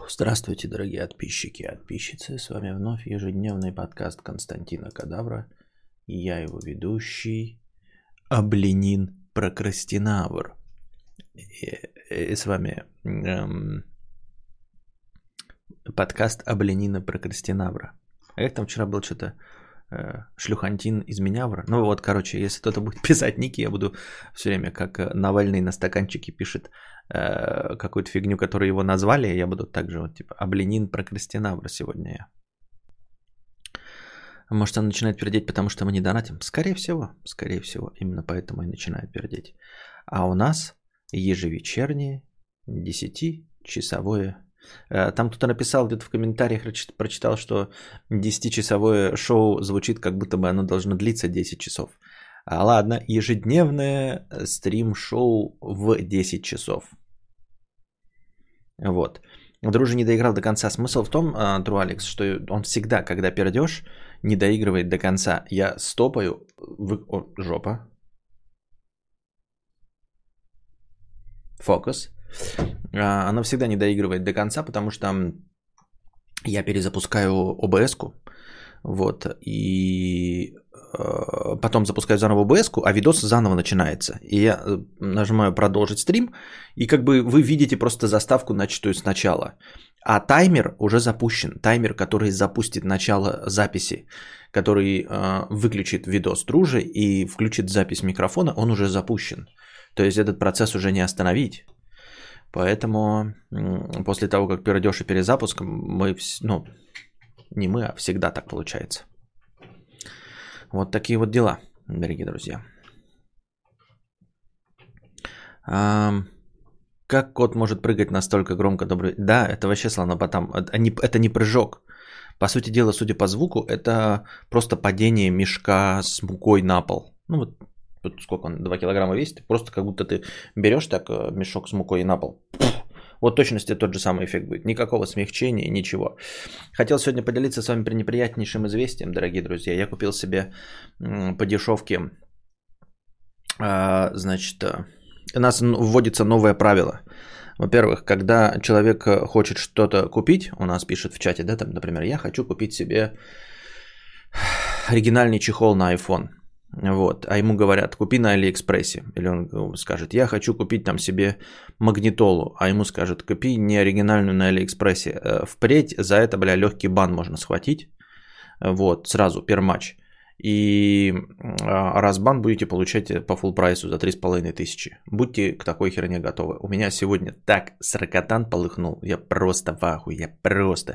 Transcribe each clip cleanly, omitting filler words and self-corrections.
Здравствуйте, дорогие подписчики и подписчицы. С вами вновь ежедневный подкаст Константина Кадавра. И я его ведущий Обленин Прокрастинавр. И с вами подкаст Обленина Прокрастинавра. А как там вчера был что-то Шлюхантин из Минявра? Ну вот, короче, если кто-то будет писать ники, я буду все время, как Навальный на стаканчике пишет какую-то фигню, которую его назвали, я буду также вот типа Обленин Прокрастинавр сегодня я. Может, он начинает пердеть, потому что мы не донатим? Скорее всего, именно поэтому и начинает пердеть. А у нас ежевечернее 10-часовое. Там кто-то написал где-то в комментариях, прочитал, что 10-часовое шоу звучит, как будто бы оно должно длиться 10 часов. А ладно, ежедневное стрим-шоу в 10 часов. Вот. Друже не доиграл до конца. Смысл в том, Труалекс, что он всегда, когда пердешь, не доигрывает до конца. Я стопаю... жопа. Фокус. Она всегда не доигрывает до конца, потому что я перезапускаю ОБС-ку, вот, и потом запускаю заново ОБС-ку, а видос заново начинается. И я нажимаю продолжить стрим, и как бы вы видите просто заставку, начатую сначала. А таймер уже запущен. Таймер, который запустит начало записи, который выключит видос Дружи и включит запись микрофона, он уже запущен. То есть этот процесс уже не остановить. Поэтому после того, как перейдешь и перезапуск, мы, ну, не мы, а всегда так получается. Вот такие вот дела, дорогие друзья. Как кот может прыгать настолько громко? Добрый... Да, это вообще слонопотам. Это не прыжок. По сути дела, судя по звуку, это просто падение мешка с мукой на пол. Ну вот. Тут сколько он, 2 килограмма весит, просто как будто ты берешь так мешок с мукой и на пол. Вот точности тот же самый эффект будет. Никакого смягчения, ничего. Хотел сегодня поделиться с вами пренеприятнейшим известием, дорогие друзья. Я купил себе по дешевке, значит, у нас вводится новое правило. Во-первых, когда человек хочет что-то купить, у нас пишет в чате, да, там, например, я хочу купить себе оригинальный чехол на iPhone. Вот, а ему говорят, купи на Алиэкспрессе. Или он скажет, я хочу купить там себе магнитолу. А ему скажут, купи не оригинальную на Алиэкспрессе. Впредь за это, легкий бан можно схватить. Вот, сразу, пермач. И раз бан будете получать по фулл прайсу за 3500. Будьте к такой херне готовы. У меня сегодня так сракотан полыхнул. Я просто в ахуе. Я просто...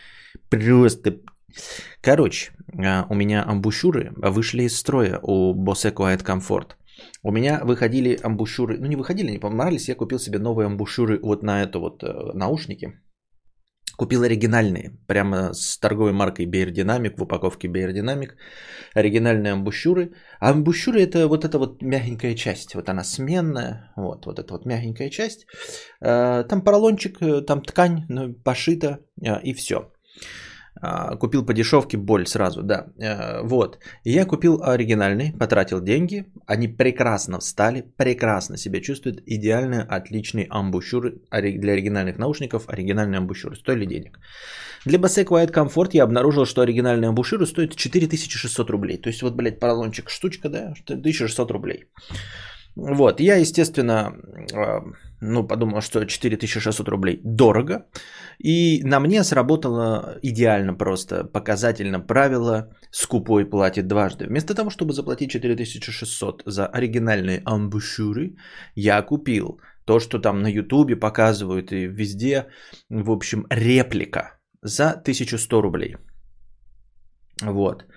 Короче, у меня амбушюры вышли из строя у Bose Quiet Comfort. У меня выходили амбушюры, ну не выходили, не понравились, я купил себе новые амбушюры вот на это вот наушники. Купил оригинальные, прямо с торговой маркой Bear Dynamic, в упаковке Bear Dynamic. Оригинальные амбушюры. А амбушюры это вот эта вот мягенькая часть. Вот она сменная. Вот эта вот мягенькая часть. Там поролончик, там ткань пошита и все. Купил по дешевке, боль сразу, да. Вот. И я купил оригинальный, потратил деньги. Они прекрасно встали, прекрасно себя чувствуют. Идеально отличные амбушюры для оригинальных наушников. Оригинальные амбушюры стоили денег. Для Bose Quiet Comfort я обнаружил, что оригинальные амбушюры стоят 4600 рублей. То есть вот, поролончик штучка, да, 1600 рублей. Вот, я, естественно, подумал, что 4600 рублей дорого. И на мне сработало идеально просто, показательно правило «скупой платит дважды». Вместо того, чтобы заплатить 4600 за оригинальные амбушюры, я купил то, что там на ютубе показывают и везде, в общем, реплика за 1100 рублей. Вот.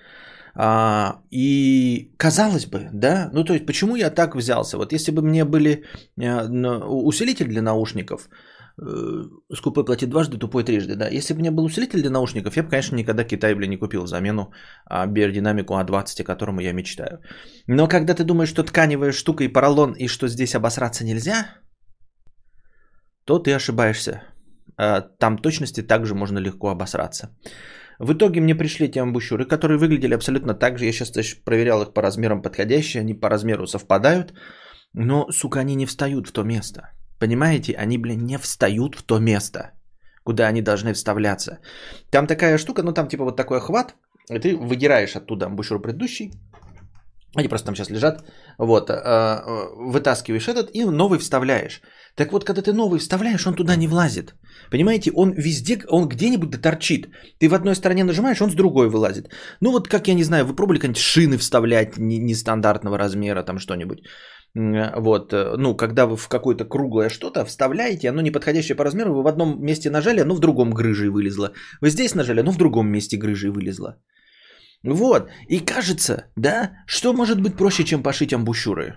И казалось бы, да, то есть почему я так взялся? Вот если бы мне были усилитель для наушников, скупой платит дважды, тупой трижды, да. Если бы у меня был усилитель для наушников, я бы, конечно, никогда Китай, не купил в замену Bear Dynamic A20, о котором я мечтаю. Но когда ты думаешь, что тканевая штука и поролон, и что здесь обосраться нельзя, то ты ошибаешься. Там точности также можно легко обосраться. В итоге мне пришли эти амбушюры, которые выглядели абсолютно так же. Я сейчас проверял их по размерам подходящие, они по размеру совпадают, но, сука, они не встают в то место. Понимаете, они, не встают в то место. куда они должны вставляться. Там такая штука, ну там типа вот такой охват, и ты выдираешь оттуда амбушюр предыдущий, они просто там сейчас лежат, вот, вытаскиваешь этот и новый вставляешь. Так вот, когда ты новый вставляешь, он туда не влазит. Понимаете, он везде, он где-нибудь доторчит. Ты в одной стороне нажимаешь, он с другой вылазит. Ну вот, как я не знаю, вы пробовали какие-нибудь шины вставлять нестандартного размера, там что-нибудь. Вот, ну, когда вы в какое-то круглое что-то вставляете, оно неподходящее по размеру, вы в одном месте нажали, оно в другом грыжей вылезло. Вы здесь нажали, оно в другом месте грыжей вылезло. Вот, и кажется, да, что может быть проще, чем пошить амбушюры?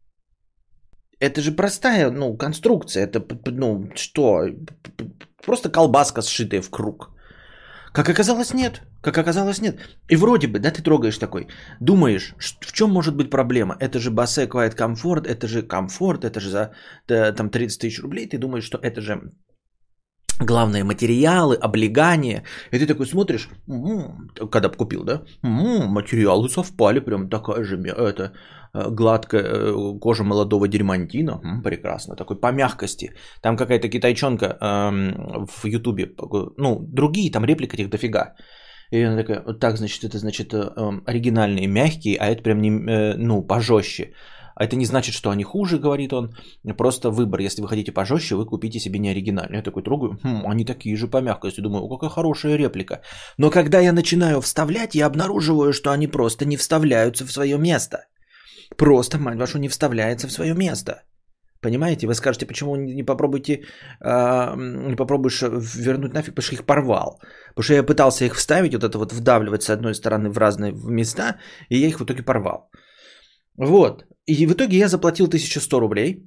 Это же простая, ну, конструкция, это, ну, что, просто колбаска, сшитая в круг. Как оказалось, нет. Как оказалось, нет. И вроде бы, да, ты трогаешь такой, думаешь, в чем может быть проблема? Это же Bose Quiet Comfort, это же комфорт, это же за там 30 тысяч рублей. Ты думаешь, что это же главные материалы, облегания. И ты такой смотришь, когда бы купил, да? Материалы совпали, прям такая же это, гладкая кожа молодого дермантина. Прекрасно, такой по мягкости. Там какая-то китайчонка в Ютубе, ну, другие, там реплик этих дофига. И она такая, так, значит, это значит оригинальные, мягкие, а это прям, не, ну, пожестче. А это не значит, что они хуже, говорит он. Просто выбор. Если вы хотите пожестче, вы купите себе не оригинальный. Я такой трогаю. Они такие же по мягкости. Думаю, о, какая хорошая реплика. Но когда я начинаю вставлять, я обнаруживаю, что они просто не вставляются в свое место. Просто, мать вашу, не вставляется в свое место. Понимаете? Вы скажете, почему не попробуете, не попробуешь вернуть нафиг, потому что их порвал. Потому что я пытался их вставить, вот это вот вдавливать с одной стороны в разные места, и я их в итоге порвал. Вот. И в итоге я заплатил 1100 рублей.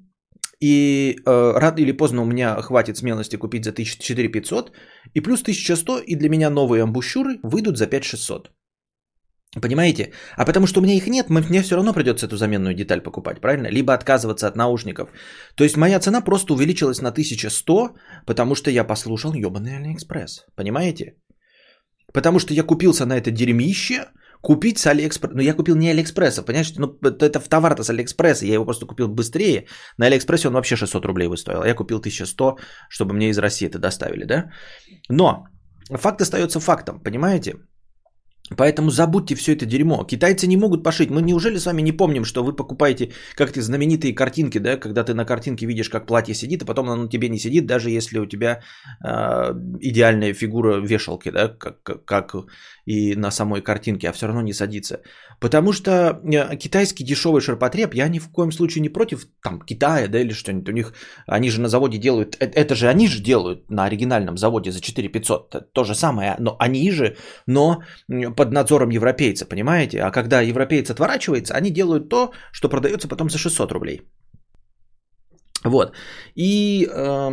И рано или поздно у меня хватит смелости купить за 4500. И плюс 1100, и для меня новые амбушюры выйдут за 5600. Понимаете? А потому что у меня их нет, мне все равно придется эту заменную деталь покупать, правильно? Либо отказываться от наушников. То есть моя цена просто увеличилась на 1100, потому что я послушал ебаный Алиэкспресс. Понимаете? Потому что я купился на это дерьмище, купить с Алиэкспресса. Ну, я купил не Алиэкспресса, понимаете? Ну, это в товар-то с Алиэкспресса. Я его просто купил быстрее. На Алиэкспрессе он вообще 600 рублей бы стоил. Я купил 1100, чтобы мне из России это доставили, да? Но факт остается фактом, понимаете? Поэтому забудьте все это дерьмо. Китайцы не могут пошить. Мы неужели с вами не помним, что вы покупаете как-то знаменитые картинки, да, когда ты на картинке видишь, как платье сидит, а потом оно на тебе не сидит, даже если у тебя идеальная фигура вешалки, да, как и на самой картинке, а все равно не садится. Потому что китайский дешевый ширпотреб, я ни в коем случае не против там Китая, да, или что-нибудь. У них, они же на заводе делают, это же они же делают на оригинальном заводе за 4500. То же самое, но они же, но под надзором европейца, понимаете? А когда европеец отворачивается, они делают то, что продается потом за 600 рублей. Вот. И,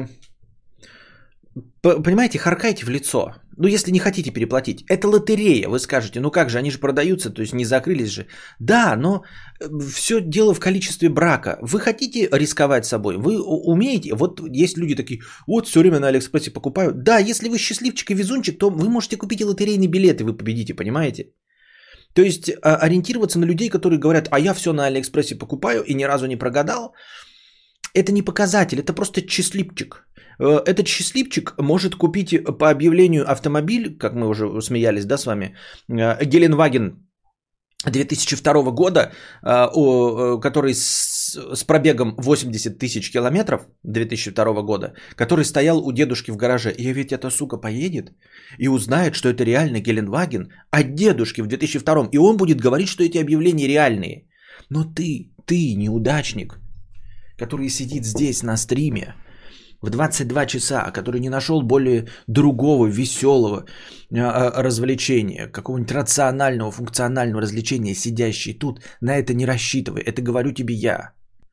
понимаете, харкайте в лицо. Ну, если не хотите переплатить. Это лотерея, вы скажете. Ну, как же, они же продаются, то есть не закрылись же. Да, но все дело в количестве брака. Вы хотите рисковать собой? Вы умеете? Вот есть люди такие, вот все время на Алиэкспрессе покупаю. Да, если вы счастливчик и везунчик, то вы можете купить и лотерейный билет, и вы победите, понимаете? То есть ориентироваться на людей, которые говорят, а я все на Алиэкспрессе покупаю и ни разу не прогадал, это не показатель, это просто счастливчик. Этот счастливчик может купить по объявлению автомобиль, как мы уже смеялись, да, с вами, Геленваген 2002 года, который с пробегом 80 тысяч километров 2002 года, который стоял у дедушки в гараже. И ведь эта сука поедет и узнает, что это реально Геленваген от дедушки в 2002. И он будет говорить, что эти объявления реальные. Но ты неудачник, который сидит здесь на стриме в 22 часа, который не нашел более другого веселого развлечения, какого-нибудь рационального, функционального развлечения, сидящий тут, на это не рассчитывай. Это говорю тебе я.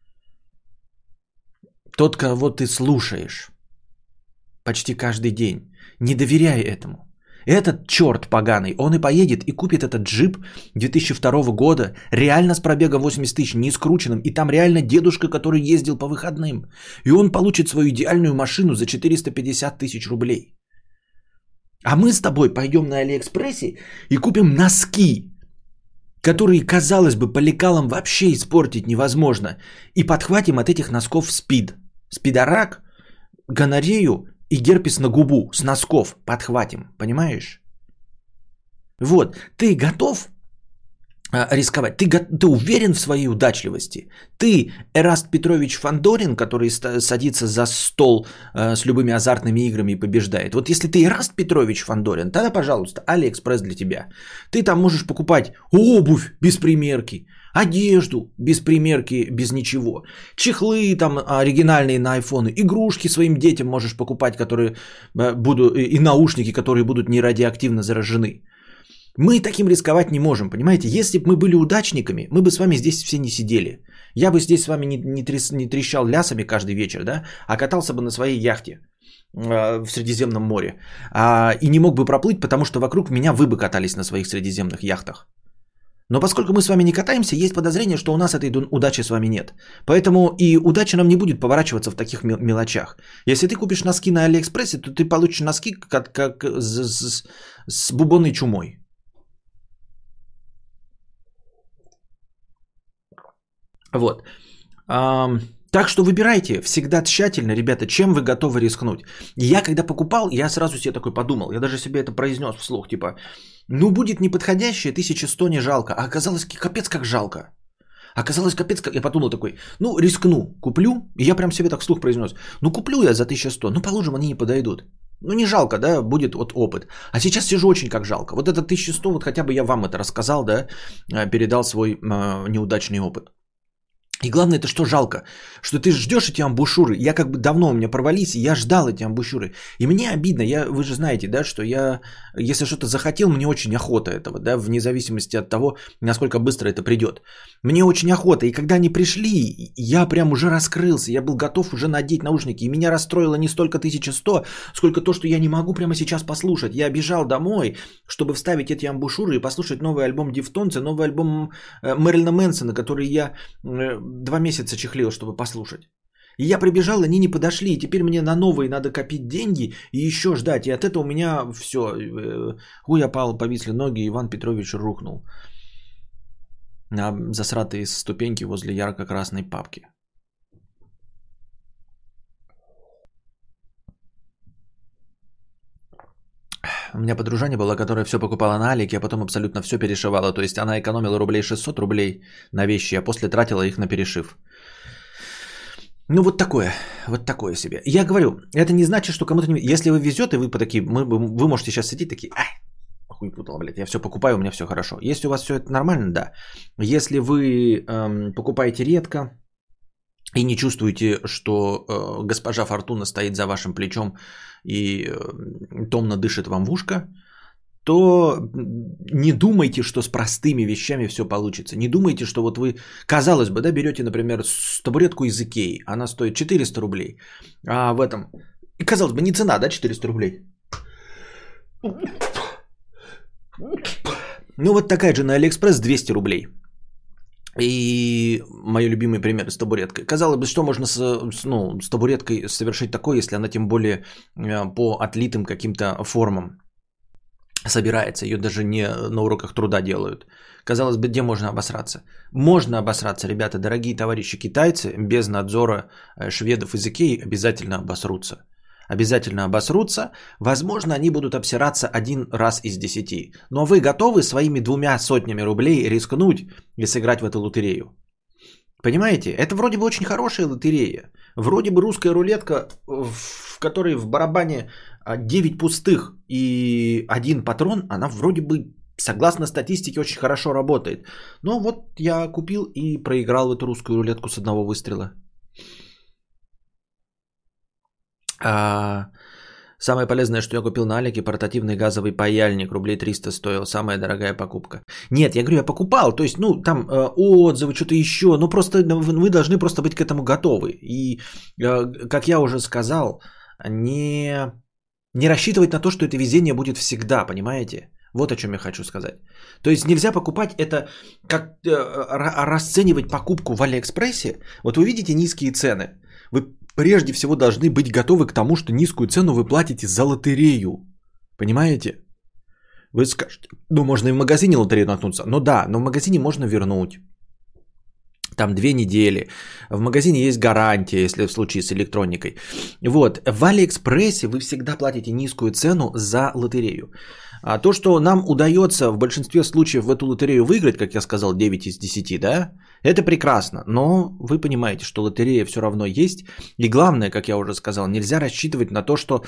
Тот, кого ты слушаешь почти каждый день. Не доверяй этому. Этот черт поганый, он и поедет и купит этот джип 2002 года, реально с пробегом 80 тысяч, не скрученным, и там реально дедушка, который ездил по выходным. И он получит свою идеальную машину за 450 тысяч рублей. А мы с тобой пойдем на Алиэкспрессе и купим носки, которые, казалось бы, по лекалам вообще испортить невозможно, и подхватим от этих носков СПИД, спидорак, гонорею и герпес на губу с носков подхватим, понимаешь? Вот, ты готов рисковать? Ты уверен в своей удачливости? Ты Эраст Петрович Фандорин, который садится за стол с любыми азартными играми и побеждает. Вот если ты Эраст Петрович Фандорин, тогда, пожалуйста, Алиэкспресс для тебя. Ты там можешь покупать обувь без примерки, одежду без примерки, без ничего, чехлы там оригинальные на айфоны, игрушки своим детям можешь покупать, которые будут, и наушники, которые будут нерадиоактивно заражены. Мы таким рисковать не можем, понимаете? Если бы мы были удачниками, мы бы с вами здесь все не сидели. Я бы здесь с вами не трещал лясами каждый вечер, да, а катался бы на своей яхте в Средиземном море. И не мог бы проплыть, потому что вокруг меня вы бы катались на своих средиземных яхтах. Но поскольку мы с вами не катаемся, есть подозрение, что у нас этой удачи с вами нет. Поэтому и удача нам не будет поворачиваться в таких мелочах. Если ты купишь носки на Алиэкспрессе, то ты получишь носки как с бубонной чумой. Вот. Так что выбирайте всегда тщательно, ребята, чем вы готовы рискнуть. Я когда покупал, я сразу себе такой подумал, я даже себе это произнес вслух, типа, ну будет неподходящее, 1100 не жалко, а оказалось капец как жалко. Оказалось капец как, я подумал такой, ну рискну, куплю, и я прям себе так вслух произнес, ну куплю я за 1100, ну положим, они не подойдут. Ну не жалко, да, будет вот опыт. А сейчас сижу очень как жалко. Вот это 1100, вот хотя бы я вам это рассказал, да, передал свой неудачный опыт. И главное, это что жалко, что ты ждешь эти амбушюры. Я как бы давно у меня порвались, и я ждал эти амбушюры. И мне обидно, вы же знаете, да, что я, если что-то захотел, мне очень охота этого, да, вне зависимости от того, насколько быстро это придет. Мне очень охота, и когда они пришли, я прям уже раскрылся, я был готов уже надеть наушники. И меня расстроило не столько 1100, сколько то, что я не могу прямо сейчас послушать. Я бежал домой, чтобы вставить эти амбушюры и послушать новый альбом Дифтонца, новый альбом Мэрилина Мэнсона, который я 2 месяца чехлил, чтобы послушать. И я прибежал, они не подошли, и теперь мне на новые надо копить деньги и еще ждать. И от этого у меня все, хуй опал, повисли ноги, Иван Петрович рухнул на засратые ступеньки возле ярко-красной папки. У меня подружаня была, которая все покупала на Алике, а потом абсолютно все перешивала. То есть она экономила рублей 600 рублей на вещи, а после тратила их на перешив. Ну вот такое себе. Я говорю, это не значит, что кому-то не... Если вы везет, и вы по такие, вы можете сейчас сидеть такие, хуй путал, блядь, я все покупаю, у меня все хорошо. Если у вас все это нормально, да. Если вы покупаете редко и не чувствуете, что госпожа Фортуна стоит за вашим плечом и томно дышит вам в ушко, то не думайте, что с простыми вещами все получится. Не думайте, что вот вы, казалось бы, да, берете, например, табуретку из Икеи, она стоит 400 рублей, а в этом, и казалось бы, не цена, да, 400 рублей. Ну вот такая же на Алиэкспресс 200 рублей. И мой любимый пример с табуреткой. Казалось бы, что можно с табуреткой совершить такое, если она тем более по отлитым каким-то формам собирается. Ее даже не на уроках труда делают. Казалось бы, где можно обосраться? Можно обосраться, ребята, дорогие товарищи китайцы, без надзора шведов из Икеи обязательно обосрутся. Обязательно обосрутся. Возможно, они будут обсираться 1 раз из 10. Но вы готовы своими 200 рублей рискнуть и сыграть в эту лотерею? Понимаете? Это вроде бы очень хорошая лотерея. Вроде бы русская рулетка, в которой в барабане 9 пустых и 1 патрон, она вроде бы, согласно статистике, очень хорошо работает. Но вот я купил и проиграл в эту русскую рулетку с одного выстрела. Самое полезное, что я купил на Алике, портативный газовый паяльник, рублей 300 стоил, самая дорогая покупка. Нет, я говорю, я покупал, то есть, ну, там отзывы, что-то еще, ну, просто вы должны просто быть к этому готовы. И, как я уже сказал, не рассчитывать на то, что это везение будет всегда, понимаете? Вот о чем я хочу сказать. То есть нельзя покупать это, как расценивать покупку в Алиэкспрессе. Вот вы видите низкие цены, вы прежде всего должны быть готовы к тому, что низкую цену вы платите за лотерею. Понимаете? Вы скажете, ну можно и в магазине лотерею наткнуться. Ну да, но в магазине можно вернуть. там 2 недели. В магазине есть гарантия, если в случае с электроникой. Вот. В Алиэкспрессе вы всегда платите низкую цену за лотерею. А то, что нам удается в большинстве случаев в эту лотерею выиграть, как я сказал, 9 из 10, да, это прекрасно. Но вы понимаете, что лотерея все равно есть. И главное, как я уже сказал, нельзя рассчитывать на то, что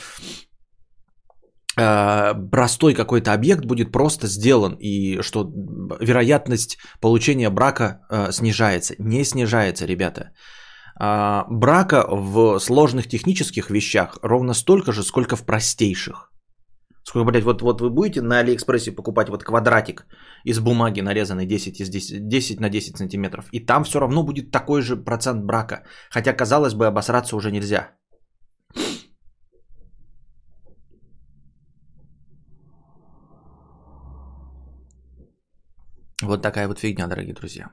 простой какой-то объект будет просто сделан, и что вероятность получения брака снижается. Не снижается, ребята. Брака в сложных технических вещах ровно столько же, сколько в простейших. Сколько, блядь, вот вы будете на Алиэкспрессе покупать вот квадратик из бумаги, нарезанный 10 на 10 сантиметров, и там все равно будет такой же процент брака. Хотя, казалось бы, обосраться уже нельзя. Вот такая вот фигня, дорогие друзья.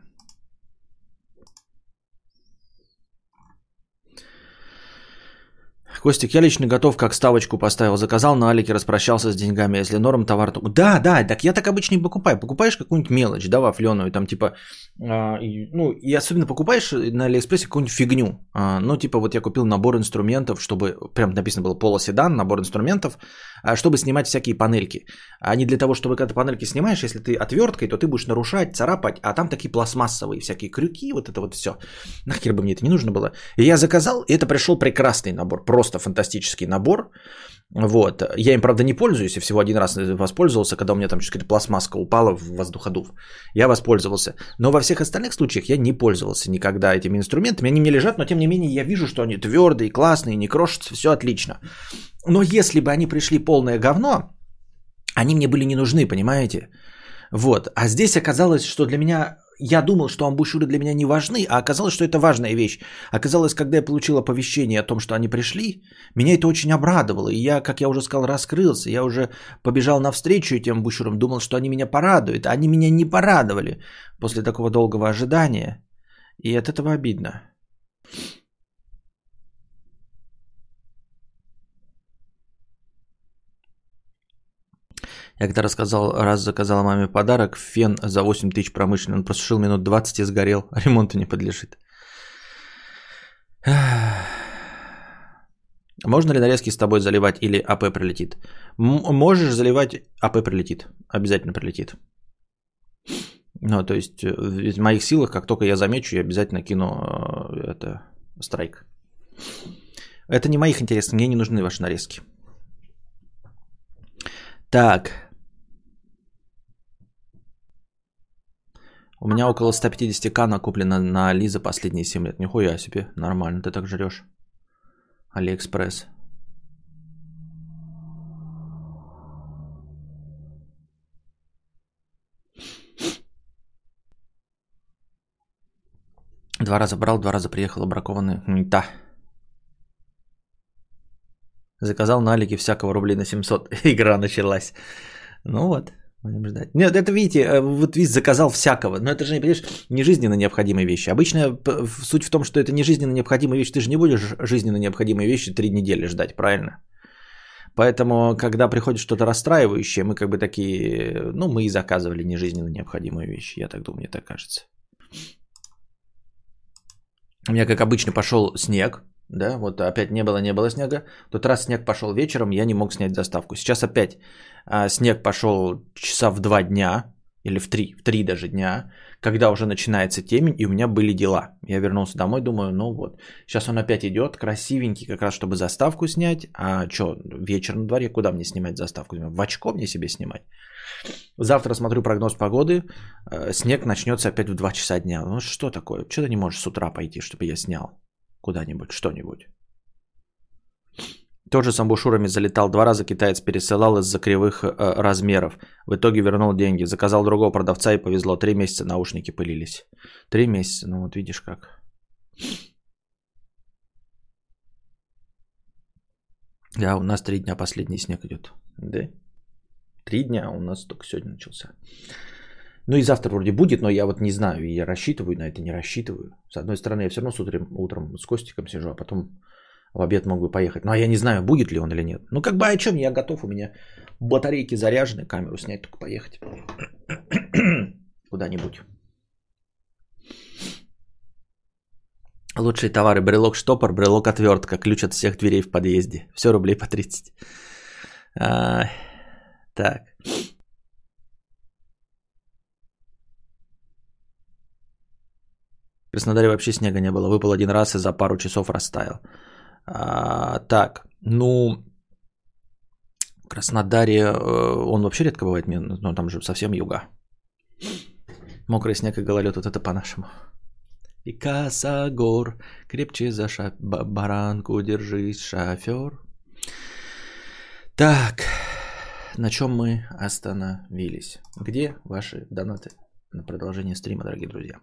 Костик, я лично готов, как ставочку поставил. Заказал на Алике, распрощался с деньгами. Если норм товар, то... Да, так я так обычно не покупаю. Покупаешь какую-нибудь мелочь, да, вафленую, там типа... и особенно покупаешь на Алиэкспрессе какую-нибудь фигню. Типа вот я купил набор инструментов, чтобы... Прям написано было полоседан, набор инструментов, чтобы снимать всякие панельки. А не для того, чтобы когда ты панельки снимаешь, если ты отверткой, то ты будешь нарушать, царапать, а там такие пластмассовые всякие крюки, вот это вот все. Нахер бы мне это не нужно было. И я заказал, и это пришел прекрасный набор, просто фантастический набор. Вот. Я им, правда, не пользуюсь, я всего один раз воспользовался, когда у меня там какая-то пластмасска упала в воздуходув. Я воспользовался. Но во всех остальных случаях я не пользовался никогда этими инструментами. Они мне лежат, но тем не менее я вижу, что они твердые, классные, не крошатся, все отлично. Но если бы они пришли полное говно, они мне были не нужны, понимаете? Вот. А здесь оказалось, что для меня... Я думал, что амбушюры для меня не важны, а оказалось, что это важная вещь. Оказалось, когда я получил оповещение о том, что они пришли, меня это очень обрадовало. И я, как я уже сказал, раскрылся. Я уже побежал навстречу этим амбушюрам, думал, что они меня порадуют. А они меня не порадовали после такого долгого ожидания. И от этого обидно. Я когда раз заказал маме подарок, фен за 8 тысяч промышленный. Он просушил минут 20 и сгорел. Ремонту не подлежит. Можно ли нарезки с тобой заливать или АП прилетит? Можешь заливать, АП прилетит. Обязательно прилетит. То есть в моих силах, как только я замечу, я обязательно кину страйк. Это не моих интересов, мне не нужны ваши нарезки. Так. У меня около 150к накоплено на Али за последние 7 лет. Нихуя себе, нормально, ты так жрешь. Алиэкспресс. Два раза брал, 2 раза приехал бракованный. Да. Заказал на Алике всякого рублей на 700. Игра началась. Ну вот. Будем ждать. Нет, это видите, вот видите, заказал всякого. Но это же, понимаешь, не жизненно необходимые вещи. Обычно суть в том, что это не жизненно необходимые вещи. Ты же не будешь жизненно необходимые вещи 3 недели ждать, правильно? Поэтому, когда приходит что-то расстраивающее, мы как бы такие, мы и заказывали нежизненно необходимые вещи. Я так думаю, мне так кажется. У меня, как обычно, пошел снег. Да, вот опять не было снега. В тот раз снег пошел вечером, я не мог снять доставку. Сейчас опять снег пошел часа в 2 дня, или в 3 даже дня, когда уже начинается темень, и у меня были дела. Я вернулся домой, думаю, сейчас он опять идет, красивенький, как раз чтобы заставку снять. А что, вечер на дворе, куда мне снимать заставку? В очко мне себе снимать? Завтра смотрю прогноз погоды, снег начнется опять в 2 часа дня. Ну что такое? Что ты не можешь с утра пойти, чтобы я снял куда-нибудь, что-нибудь? Тоже с амбушюрами залетал 2 раза, китаец пересылал из-за кривых размеров. В итоге вернул деньги. Заказал другого продавца и повезло. 3 месяца наушники пылились. 3 месяца, вот видишь как. Да, у нас 3 дня последний снег идет. Да? 3 дня, у нас только сегодня начался. И завтра вроде будет, но я вот не знаю, и я рассчитываю на это, не рассчитываю. С одной стороны, я все равно с утром с Костиком сижу, а потом в обед мог бы поехать. Но я не знаю, будет ли он или нет. Как бы о чем, я готов, у меня батарейки заряжены, камеру снять, только поехать куда-нибудь. Лучшие товары: брелок-штопор, брелок-отвертка, ключ от всех дверей в подъезде. Все рублей по 30. Так. В Краснодаре вообще снега не было. Выпал один раз и за пару часов растаял. Так, ну, в Краснодаре он вообще редко бывает, но там же совсем юга. Мокрый снег и гололед, вот это по-нашему. И косогор, крепче за баранку держись, шофер. Так, на чем мы остановились? Где ваши донаты на продолжение стрима, дорогие друзья?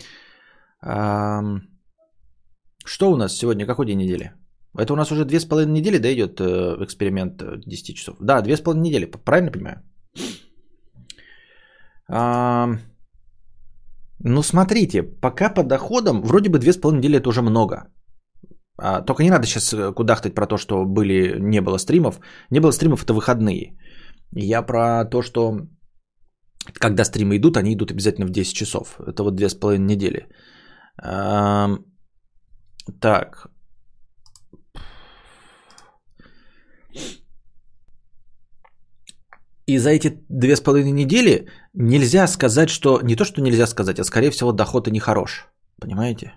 Что у нас сегодня? Какой день недели? Это у нас уже 2,5 недели, да, идет эксперимент 10 часов? Да, 2,5 недели, правильно понимаю? Ну, смотрите, пока по доходам, вроде бы 2,5 недели это уже много. Только не надо сейчас кудахтать про то, что не было стримов. Не было стримов, это выходные. Я про то, что когда стримы идут, они идут обязательно в 10 часов. Это вот 2,5 недели. Так. И за эти 2,5 недели нельзя сказать, что... Не то, что нельзя сказать, а скорее всего доход и нехорош. Понимаете?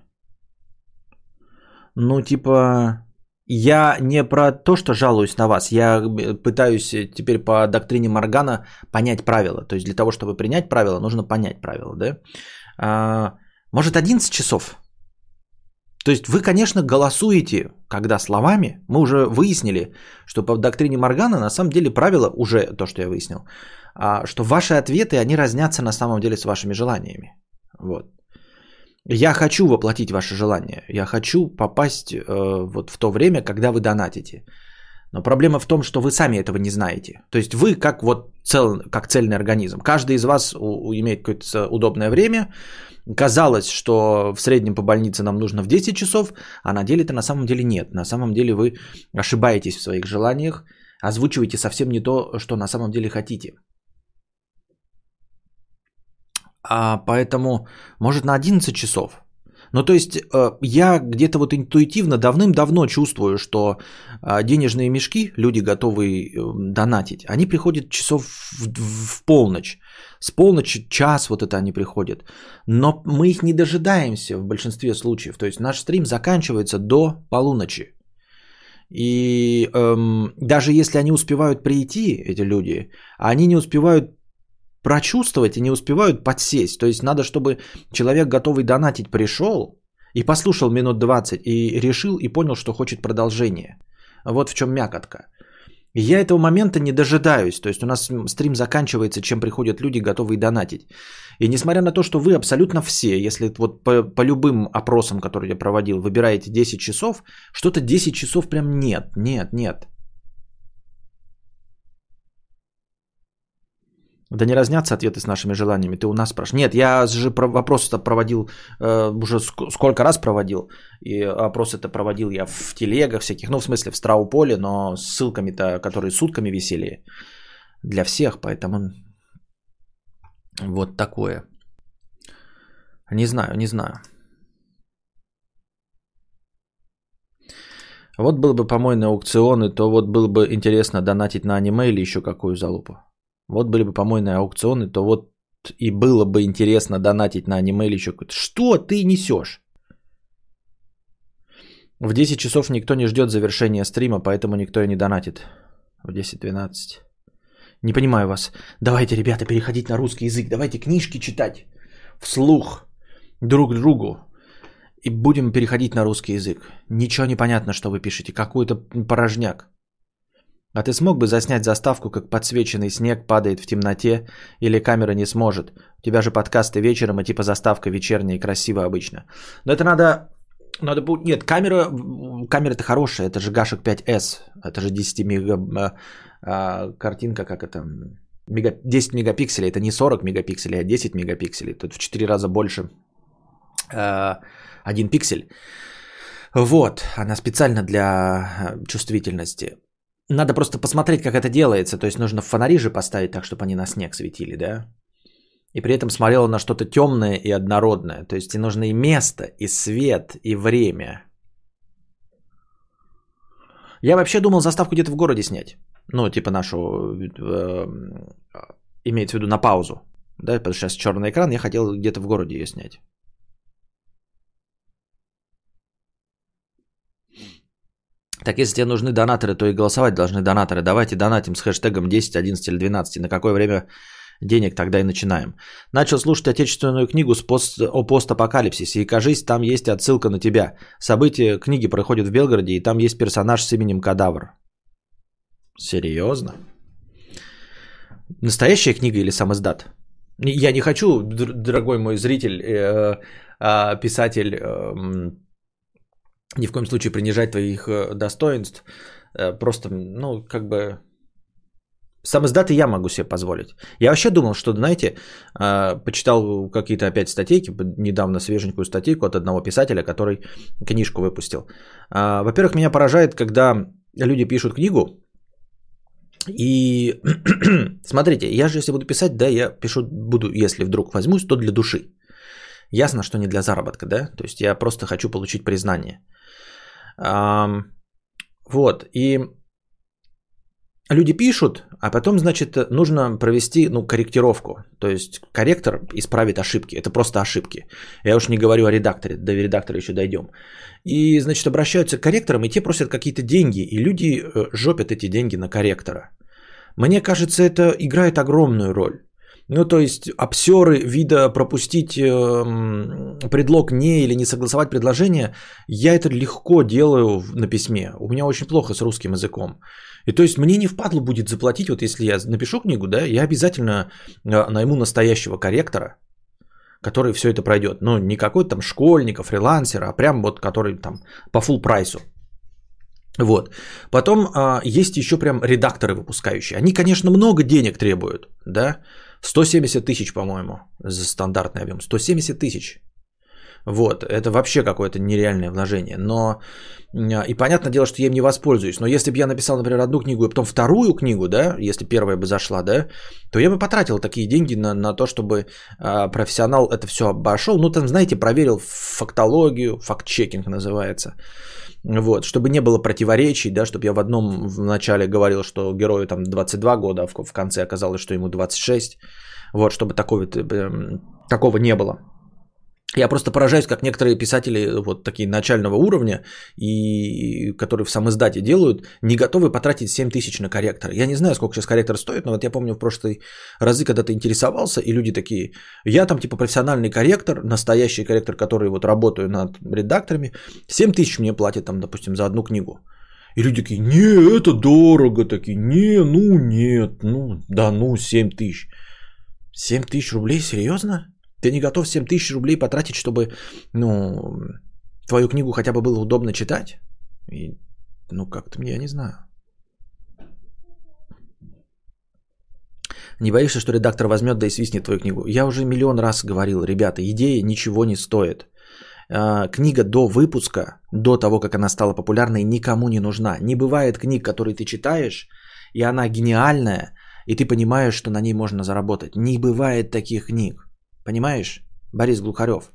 Ну, типа... Я не про то, что жалуюсь на вас. Я пытаюсь теперь по доктрине Моргана понять правила. То есть для того, чтобы принять правила, нужно понять правила, да? Может, 11 часов? То есть вы, конечно, голосуете, когда словами. Мы уже выяснили, что по доктрине Моргана на самом деле правило, уже то, что я выяснил, что ваши ответы, они разнятся на самом деле с вашими желаниями. Вот. Я хочу воплотить ваше желание. Я хочу попасть вот в то время, когда вы донатите. Но проблема в том, что вы сами этого не знаете. То есть вы как как цельный организм. Каждый из вас имеет какое-то удобное время. Казалось, что в среднем по больнице нам нужно в 10 часов, а на деле-то на самом деле нет. На самом деле вы ошибаетесь в своих желаниях, озвучиваете совсем не то, что на самом деле хотите. Поэтому, может, на 11 часов. Ну, то есть, я где-то вот интуитивно давным-давно чувствую, что денежные мешки, люди, готовые донатить, они приходят часов в полночь. С полночи, час вот это они приходят. Но мы их не дожидаемся в большинстве случаев. То есть, наш стрим заканчивается до полуночи. И даже если они успевают прийти, эти люди, они не успевают прочувствовать и не успевают подсесть. То есть надо, чтобы человек, готовый донатить, пришел и послушал минут 20 и решил и понял, что хочет продолжение. Вот в чем мякотка. И я этого момента не дожидаюсь. То есть у нас стрим заканчивается, чем приходят люди, готовые донатить. И несмотря на то, что вы абсолютно все, если вот по любым опросам, которые я проводил, выбираете 10 часов, что-то 10 часов прям нет. Да не разнятся ответы с нашими желаниями. Ты у нас спрашиваешь. Нет, я же вопрос это проводил, уже сколько раз проводил. И опрос это проводил я в телегах всяких. Ну, в смысле, в Страуполе, но с ссылками-то, которые сутками висели для всех. Поэтому вот такое. Не знаю. Вот был бы помойный аукцион, и то вот было бы интересно донатить на аниме или еще какую залупу. Вот были бы помойные аукционы, то вот и было бы интересно донатить на аниме или еще какое-то. Что ты несешь? В 10 часов никто не ждет завершения стрима, поэтому никто и не донатит. В 10-12. Не понимаю вас. Давайте, ребята, переходить на русский язык. Давайте книжки читать вслух друг другу. И будем переходить на русский язык. Ничего не понятно, что вы пишете. Какой-то порожняк. А ты смог бы заснять заставку, как подсвеченный снег падает в темноте, или камера не сможет? У тебя же подкасты вечером, и типа заставка вечерняя и красиво обычно. Но это надо... Нет, камера-то хорошая, это же Гашек 5S, это же 10 картинка, как это... 10 мегапикселей, это не 40 мегапикселей, а 10 мегапикселей. Тут в 4 раза больше 1 пиксель. Вот, она специально для чувствительности. Надо просто посмотреть, как это делается. То есть нужно фонари же поставить так, чтобы они на снег светили, да? и при этом смотрела на что-то темное и однородное. То есть тебе нужно и место, и свет, и время. Я вообще думал заставку где-то в городе снять. Ну, типа нашу, имеется в виду на паузу. Да, потому что сейчас черный экран, я хотел где-то в городе ее снять. Так если тебе нужны донаторы, то и голосовать должны донаторы. Давайте донатим с хэштегом 10, 11 или 12. На какое время денег тогда и начинаем. Начал слушать отечественную книгу о постапокалипсисе. И кажись, там есть отсылка на тебя. События книги проходят в Белгороде, и там есть персонаж с именем Кадавр. Серьезно? Настоящая книга или сам издат? Я не хочу, дорогой мой зритель, писатель, ни в коем случае принижать твоих достоинств. Просто, ну, как бы... Сам издат и я могу себе позволить. Я вообще думал, что, знаете, почитал какие-то опять статейки, недавно свеженькую статейку от одного писателя, который книжку выпустил. Во-первых, меня поражает, когда люди пишут книгу, и смотрите, я же если буду писать, да, я пишу, буду, если вдруг возьмусь, то для души. Ясно, что не для заработка, да? То есть я просто хочу получить признание. Вот, и люди пишут, а потом, значит, нужно провести, ну, корректировку. То есть корректор исправит ошибки. Это просто ошибки. Я уж не говорю о редакторе, до редактора еще дойдем. И, значит, обращаются к корректорам, и те просят какие-то деньги, и люди жопят эти деньги на корректора. Мне кажется, это играет огромную роль. Ну, то есть, обсеры вида пропустить предлог «не» или не согласовать предложение, я это легко делаю на письме. У меня очень плохо с русским языком. И то есть, мне не впадлу будет заплатить, вот если я напишу книгу, да, я обязательно найму настоящего корректора, который все это пройдет. Ну, не какой-то там школьника, фрилансера, а прям вот который там по фулл прайсу. Вот. Потом есть еще прям редакторы выпускающие. Они, конечно, много денег требуют, да, 170 тысяч, по-моему, за стандартный объем. 170 тысяч. Вот, это вообще какое-то нереальное вложение. Но, и понятное дело, что я им не воспользуюсь. Но если бы я написал, например, одну книгу и потом вторую книгу, да, если первая бы зашла, да, то я бы потратил такие деньги на то, чтобы профессионал это все обошел. Ну, там, знаете, проверил фактологию, факт-чекинг называется. Вот, чтобы не было противоречий, да, чтобы я в одном в начале говорил, что герою там 22 года, а в конце оказалось, что ему 26. Вот, чтобы такого не было. Я просто поражаюсь, как некоторые писатели вот такие начального уровня, и которые в самоиздате делают, не готовы потратить 7 тысяч на корректор. Я не знаю, сколько сейчас корректор стоит, но вот я помню в прошлые разы, когда ты интересовался, и люди такие, я там типа профессиональный корректор, настоящий корректор, который вот работаю над редакторами, 7 тысяч мне платят там, допустим, за одну книгу. И люди такие, не, это дорого, такие, не, ну нет, ну да, ну 7 тысяч. 7 тысяч рублей, серьезно? Ты не готов 7 тысяч рублей потратить, чтобы, ну, твою книгу хотя бы было удобно читать? И, ну, как-то я не знаю. Не боишься, что редактор возьмет, да и свистнет твою книгу? Я уже миллион раз говорил, ребята, идея ничего не стоит. Книга до выпуска, до того, как она стала популярной, никому не нужна. Не бывает книг, которые ты читаешь, и она гениальная, и ты понимаешь, что на ней можно заработать. Не бывает таких книг. Понимаешь, Борис Глухарев?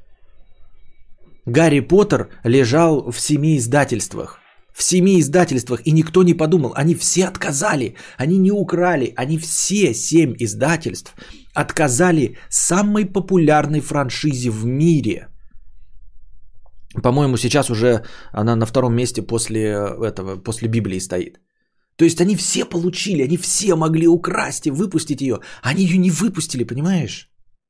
Гарри Поттер лежал в 7 издательствах. В 7 издательствах, и никто не подумал. Они все отказали, они не украли. Они все 7 издательств отказали самой популярной франшизе в мире. По-моему, сейчас уже она на втором месте после Библии стоит. То есть они все получили, они все могли украсть и выпустить ее. Они ее не выпустили, понимаешь?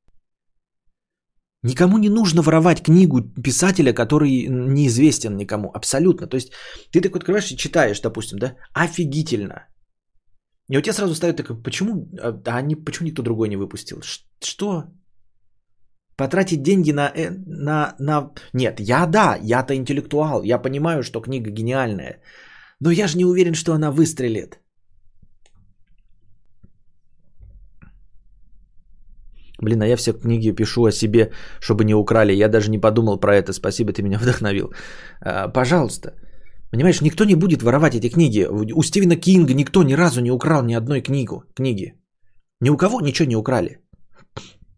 Никому не нужно воровать книгу писателя, который неизвестен никому. Абсолютно. То есть ты так открываешь и читаешь, допустим, да? Офигительно. И у тебя сразу ставят такое, почему никто другой не выпустил? Что? Потратить деньги на... Нет, я-то интеллектуал. Я понимаю, что книга гениальная. Но я же не уверен, что она выстрелит. Блин, а я все книги пишу о себе, чтобы не украли. Я даже не подумал про это. Спасибо, ты меня вдохновил. Пожалуйста. Понимаешь, никто не будет воровать эти книги. У Стивена Кинга никто ни разу не украл ни одной книги. Ни у кого ничего не украли.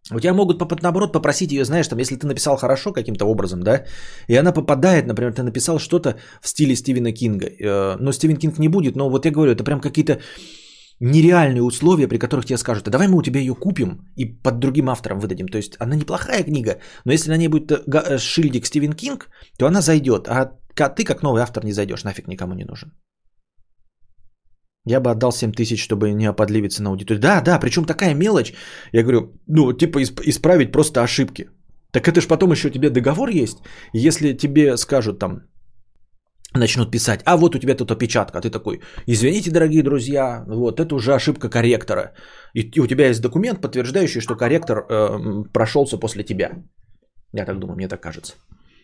У тебя могут, наоборот, попросить ее, знаешь, там, если ты написал хорошо каким-то образом, да, и она попадает, например, ты написал что-то в стиле Стивена Кинга, но Стивен Кинг не будет, но вот я говорю, это прям какие-то нереальные условия, при которых тебе скажут, а давай мы у тебя ее купим и под другим автором выдадим. То есть она неплохая книга, но если на ней будет шильдик Стивен Кинг, то она зайдет, а ты как новый автор не зайдешь, нафиг никому не нужен. Я бы отдал 7 тысяч, чтобы не оподливиться на аудиторию. Да, причем такая мелочь. Я говорю, ну, типа исправить просто ошибки. Так это ж потом еще у тебя договор есть. Если тебе скажут там, начнут писать, а вот у тебя тут опечатка. Ты такой, извините, дорогие друзья, вот это уже ошибка корректора. И у тебя есть документ, подтверждающий, что корректор прошелся после тебя. Я так думаю, мне так кажется.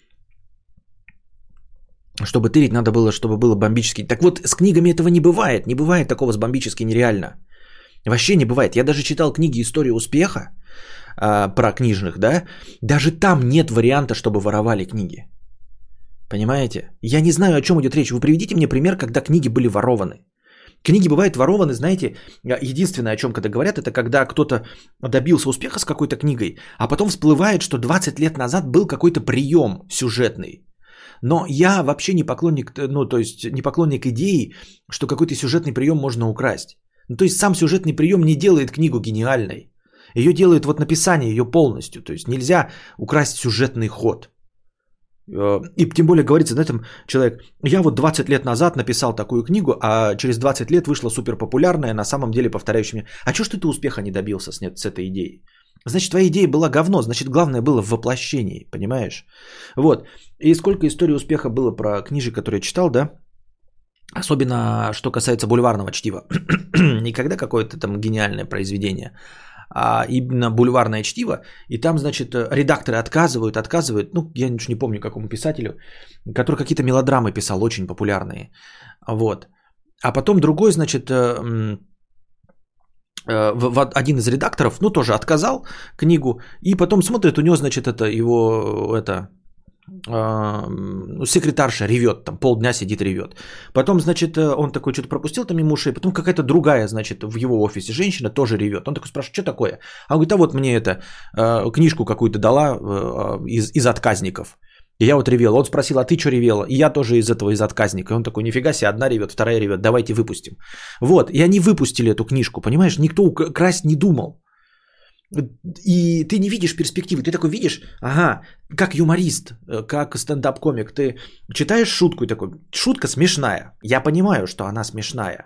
Чтобы тырить, надо было, чтобы было бомбически. Так вот, с книгами этого не бывает. Не бывает такого с бомбически нереально. Вообще не бывает. Я даже читал книги «История успеха» про книжных, да. Даже там нет варианта, чтобы воровали книги. Понимаете? Я не знаю, о чем идет речь. Вы приведите мне пример, когда книги были ворованы. Книги бывают ворованы, знаете, единственное, о чем когда говорят, это когда кто-то добился успеха с какой-то книгой, а потом всплывает, что 20 лет назад был какой-то прием сюжетный. Но я вообще не поклонник, ну, то есть не поклонник идеи, что какой-то сюжетный прием можно украсть. Ну, то есть сам сюжетный прием не делает книгу гениальной. Ее делает вот написание ее полностью. То есть нельзя украсть сюжетный ход. И тем более говорится, да, там человек, я вот 20 лет назад написал такую книгу, а через 20 лет вышла суперпопулярная, на самом деле повторяющая меня. А что ж ты успеха не добился с этой идеей? Значит, твоя идея была говно, значит, главное было в воплощении, понимаешь? Вот. И сколько историй успеха было про книжек, которые я читал, да? Особенно, что касается бульварного чтива. Не когда какое-то там гениальное произведение, а именно бульварное чтиво. И там, значит, редакторы отказывают. Ну, я ничего не помню, какому писателю, который какие-то мелодрамы писал, очень популярные. Вот. А потом другой, значит, один из редакторов, ну, тоже отказал книгу, и потом смотрит, у него, значит, это его, секретарша ревет, там полдня сидит ревет. Потом, значит, он такой что-то пропустил там мимо ушей, потом какая-то другая, значит, в его офисе женщина тоже ревет. Он такой спрашивает, что такое? А он говорит, а вот мне книжку какую-то дала из отказников. И я вот ревел. Он спросил, а ты что ревела? И я тоже из отказника. И он такой, нифига себе, одна ревет, вторая ревет, давайте выпустим. Вот, и они выпустили эту книжку, понимаешь? Никто красть не думал. И ты не видишь перспективы. Ты такой видишь, ага, как юморист, как стендап-комик. Ты читаешь шутку и такой, шутка смешная. Я понимаю, что она смешная.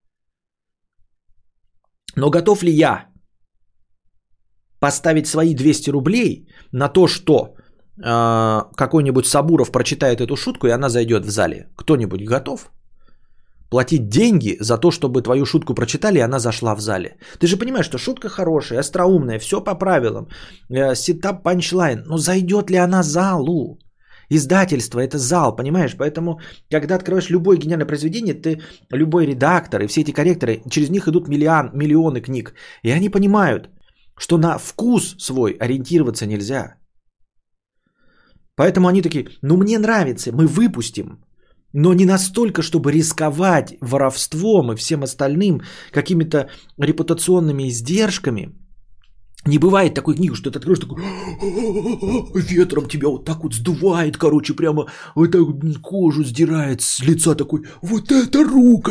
Но готов ли я поставить свои 200 рублей на то, что какой-нибудь Сабуров прочитает эту шутку, и она зайдет в зале? Кто-нибудь готов платить деньги за то, чтобы твою шутку прочитали, и она зашла в зале? Ты же понимаешь, что шутка хорошая, остроумная, все по правилам, сетап, панчлайн, но зайдет ли она залу? Издательство – это зал, понимаешь? Поэтому, когда открываешь любое гениальное произведение, ты, любой редактор и все эти корректоры, через них идут миллионы книг. И они понимают, что на вкус свой ориентироваться нельзя. Поэтому они такие, ну мне нравится, мы выпустим, но не настолько, чтобы рисковать воровством и всем остальным какими-то репутационными издержками. Не бывает такой книги, что ты откроешь такой, ветром тебя вот так вот сдувает, короче, прямо вот так вот кожу сдирает с лица, такой, вот это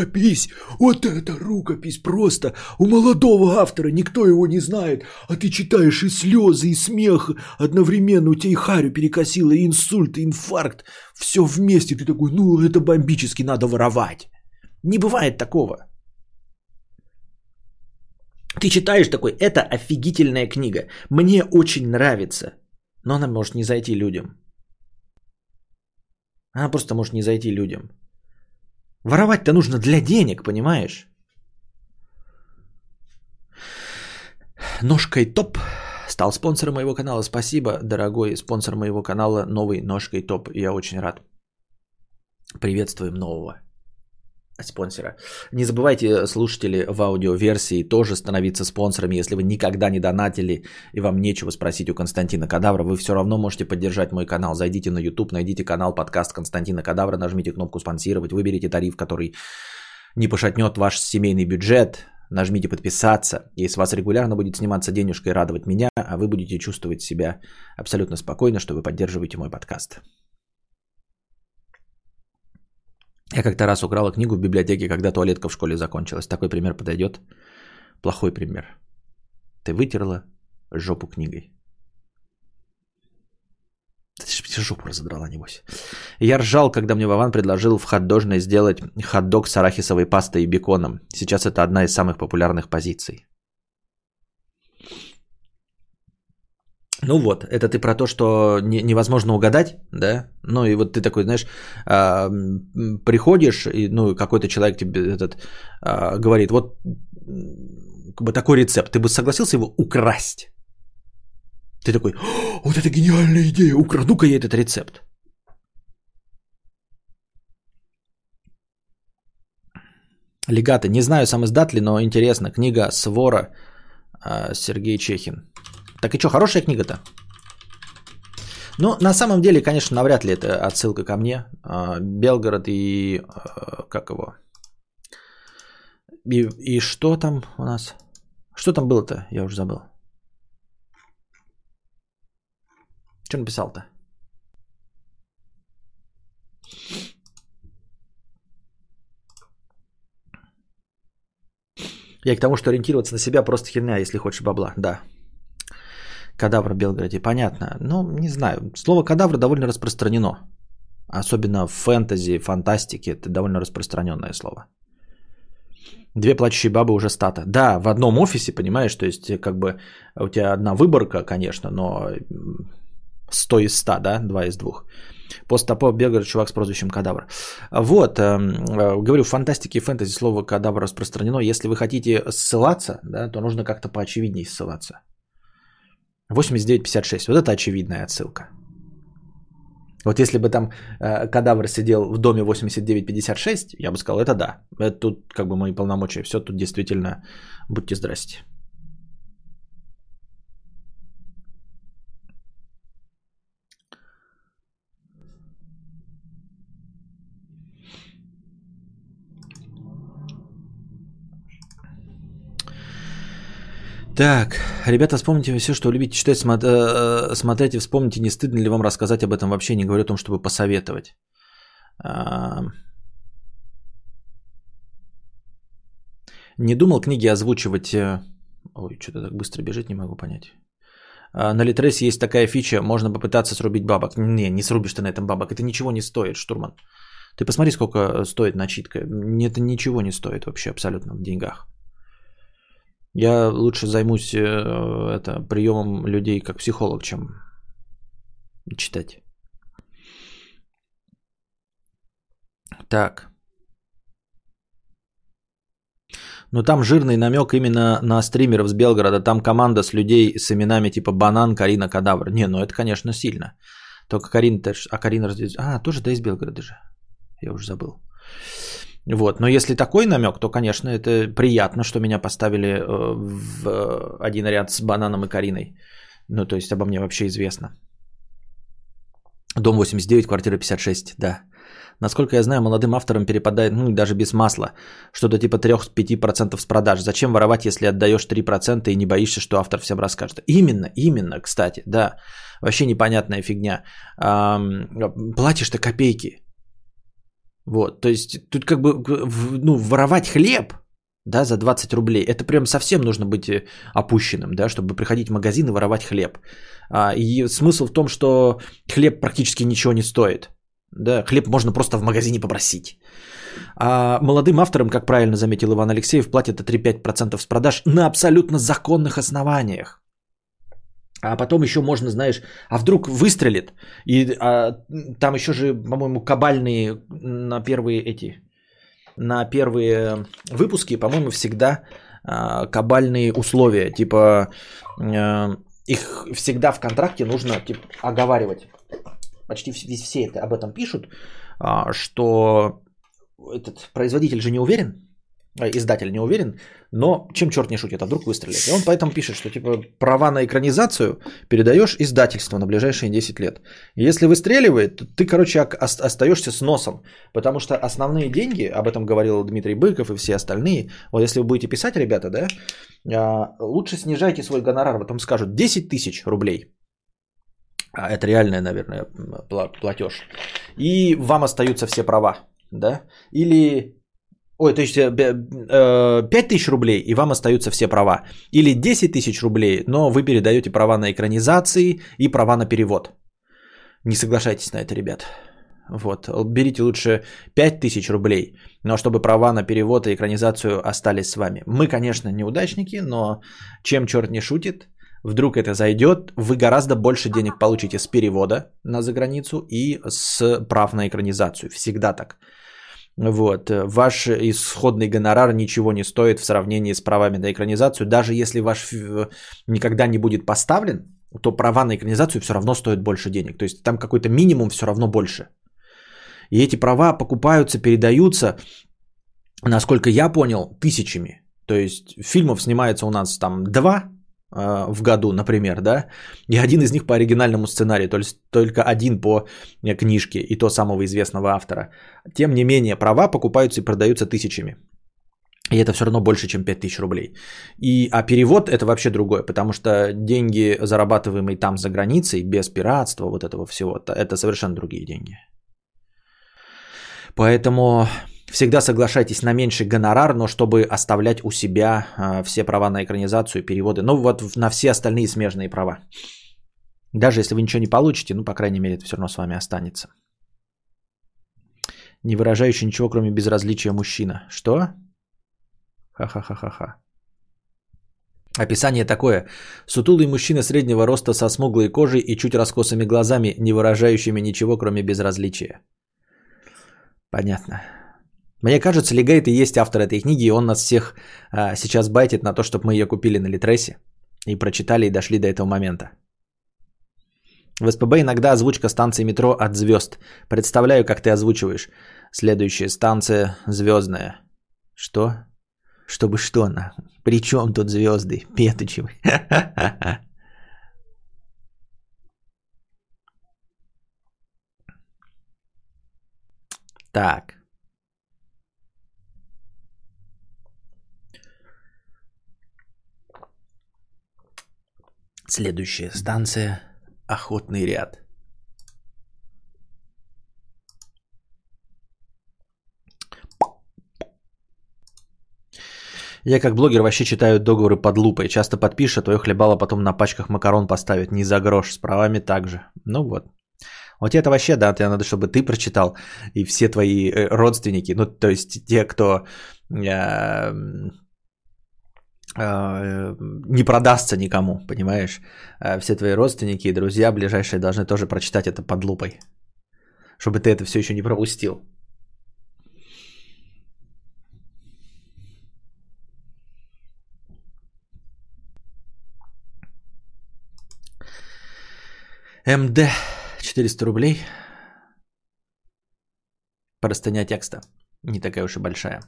рукопись просто у молодого автора, никто его не знает, а ты читаешь и слезы, и смех одновременно, у тебя и харю перекосило, и инсульт, и инфаркт, все вместе, ты такой, ну это бомбически, надо воровать. Не бывает такого. Ты читаешь такой, это офигительная книга, мне очень нравится, но она может не зайти людям. Она просто может не зайти людям. Воровать-то нужно для денег, понимаешь? Ножкой топ стал спонсором моего канала. Спасибо, дорогой спонсор моего канала, новый Ножкой топ. Я очень рад. Приветствуем нового спонсора. Не забывайте, слушатели, в аудиоверсии тоже становиться спонсорами. Если вы никогда не донатили и вам нечего спросить у Константина Кадавра, вы все равно можете поддержать мой канал. Зайдите на YouTube, найдите канал подкаст Константина Кадавра, нажмите кнопку спонсировать, выберите тариф, который не пошатнет ваш семейный бюджет. нажмите подписаться, и с вас регулярно будет сниматься денежка и радовать меня, а вы будете чувствовать себя абсолютно спокойно, что вы поддерживаете мой подкаст. Я как-то раз украла книгу в библиотеке, когда туалетка в школе закончилась. Такой пример подойдет? Плохой пример. Ты вытерла жопу книгой. Ты жопу разодрала, небось. Я ржал, когда мне Вован предложил в хот-дожной сделать хот-дог с арахисовой пастой и беконом. Сейчас это одна из самых популярных позиций. Ну вот, это ты про то, что невозможно угадать, да? Ну и вот ты такой, знаешь, приходишь, и ну какой-то человек тебе говорит, вот как бы такой рецепт, ты бы согласился его украсть? Ты такой, вот это гениальная идея, украду-ка я этот рецепт. Легато, не знаю, сам издат ли, но интересно, книга «Свора» Сергей Чехин. Так и что, хорошая книга-то? Ну, на самом деле, конечно, навряд ли это отсылка ко мне. Белгород и... Как его? И что там у нас? Что там было-то? Я уже забыл. Что написал-то? Я к тому, что ориентироваться на себя просто херня, если хочешь бабла. Да. Кадавр в Белгороде, понятно. Ну, не знаю. Слово кадавр довольно распространено. Особенно в фэнтези, фантастике. Это довольно распространенное слово. Две плачущие бабы уже стата. Да, в одном офисе, понимаешь, то есть как бы у тебя одна выборка, конечно, но 100 из 100, да, 2 из 2. Постапо Белгород, чувак с прозвищем Кадавр. Вот, говорю, в фантастике и фэнтези слово кадавр распространено. Если вы хотите ссылаться, да, то нужно как-то поочевиднее ссылаться. 89.56, вот это очевидная отсылка. Вот если бы там кадавр сидел в доме 89.56, я бы сказал, это да. Это тут как бы мои полномочия. Все тут действительно, будьте здрасте. Так, ребята, вспомните все, что любите читать, смотреть и вспомните, не стыдно ли вам рассказать об этом вообще, не говорю о том, чтобы посоветовать. Не думал книги озвучивать... Ой, что-то так быстро бежит, не могу понять. На Литресе есть такая фича, можно попытаться срубить бабок. Не срубишь ты на этом бабок, это ничего не стоит, штурман. Ты посмотри, сколько стоит начитка. Это ничего не стоит вообще абсолютно в деньгах. Я лучше займусь приемом людей как психолог, чем читать. Так. Ну там жирный намек именно на стримеров с Белгорода. Там команда с людей с именами типа Банан, Карина, Кадавр. Не, ну это, конечно, сильно. Только Карина... А Карина... тоже да из Белгорода же. Я уже забыл. Вот, но если такой намек, то, конечно, это приятно, что меня поставили в один ряд с Бананом и Кариной. Ну, то есть обо мне вообще известно. Дом 89, квартира 56, да. Насколько я знаю, молодым авторам перепадает, ну, даже без масла, что-то типа 3-5% с продаж. Зачем воровать, если отдаешь 3% и не боишься, что автор всем расскажет? Именно, кстати, да. Вообще непонятная фигня. Платишь-то копейки. Вот, то есть тут как бы, ну, воровать хлеб, да, за 20 рублей, это прям совсем нужно быть опущенным, да, чтобы приходить в магазин и воровать хлеб. И смысл в том, что хлеб практически ничего не стоит, да, хлеб можно просто в магазине попросить. А молодым авторам, как правильно заметил Иван Алексеев, платят 3-5% с продаж на абсолютно законных основаниях. А потом еще можно, знаешь, а вдруг выстрелит, и там еще же, по-моему, кабальные на первые выпуски, по-моему, всегда кабальные условия, типа их всегда в контракте нужно типа, оговаривать. Почти все это об этом пишут, что этот производитель же не уверен, Издатель не уверен, но чем черт не шутит, а вдруг выстрелит. И он поэтому пишет, что типа права на экранизацию передаешь издательству на ближайшие 10 лет. И если выстреливает, то ты, короче, остаешься с носом. Потому что основные деньги, об этом говорил Дмитрий Быков и все остальные, вот если вы будете писать, ребята, да, лучше снижайте свой гонорар, потом скажут 10 тысяч рублей. Это реальный, наверное, платеж. И вам остаются все права, да, или... Ой, то есть 5 тысяч рублей, и вам остаются все права. Или 10 тысяч рублей, но вы передаете права на экранизации и права на перевод. Не соглашайтесь на это, ребят. Вот. Берите лучше 5 тысяч рублей, но чтобы права на перевод и экранизацию остались с вами. Мы, конечно, неудачники, но чем черт не шутит, вдруг это зайдет, вы гораздо больше денег получите с перевода на заграницу и с прав на экранизацию. Всегда так. Вот. Ваш исходный гонорар ничего не стоит в сравнении с правами на экранизацию. Даже если ваш никогда не будет поставлен, то права на экранизацию все равно стоят больше денег. То есть там какой-то минимум все равно больше. И эти права покупаются, передаются, насколько я понял, тысячами. То есть фильмов снимается у нас там 2 в году, например, да, и один из них по оригинальному сценарию, то есть только один по книжке и то самого известного автора. Тем не менее, права покупаются и продаются тысячами. И это все равно больше, чем 5000 рублей. А перевод это вообще другое, потому что деньги, зарабатываемые там за границей, без пиратства, вот этого всего, это совершенно другие деньги. Поэтому... Всегда соглашайтесь на меньший гонорар, но чтобы оставлять у себя все права на экранизацию и переводы. Ну вот на все остальные смежные права. Даже если вы ничего не получите, ну по крайней мере это все равно с вами останется. Не выражающий ничего кроме безразличия мужчина. Что? Ха-ха-ха-ха-ха. Описание такое. Сутулый мужчина среднего роста со смуглой кожей и чуть раскосыми глазами, не выражающими ничего кроме безразличия. Понятно. Мне кажется, Легайт и есть автор этой книги, и он нас всех сейчас байтит на то, чтобы мы ее купили на Литресе и прочитали и дошли до этого момента. В СПБ иногда озвучка станции метро от звезд. Представляю, как ты озвучиваешь. Следующая станция звездная. Что? Чтобы что она? При чем тут звезды? Петучевы. Так. Следующая станция – Охотный ряд. Я как блогер вообще читаю договоры под лупой. Часто подпишут, твое хлебало потом на пачках макарон поставят. Не за грош, с правами также. Ну вот. Вот это вообще, да, тебе надо, чтобы ты прочитал и все твои родственники, ну то есть те, кто... не продастся никому, понимаешь? Все твои родственники и друзья ближайшие должны тоже прочитать это под лупой, чтобы ты это все еще не пропустил. МД 400 рублей. Простыня текста не такая уж и большая.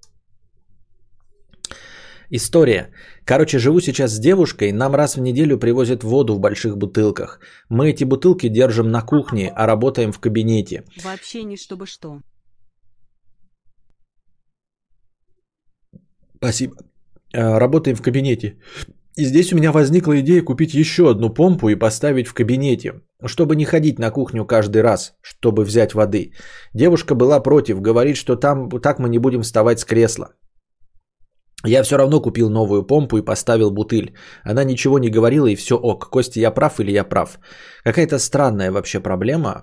История. Короче, живу сейчас с девушкой, нам раз в неделю привозят воду в больших бутылках. Мы эти бутылки держим на кухне, а работаем в кабинете. Вообще не чтобы что. Спасибо. Работаем в кабинете. И здесь у меня возникла идея купить еще одну помпу и поставить в кабинете, чтобы не ходить на кухню каждый раз, чтобы взять воды. Девушка была против, говорит, что там так мы не будем вставать с кресла. Я все равно купил новую помпу и поставил бутыль. Она ничего не говорила и все ок. Костя, я прав или я прав? Какая-то странная вообще проблема.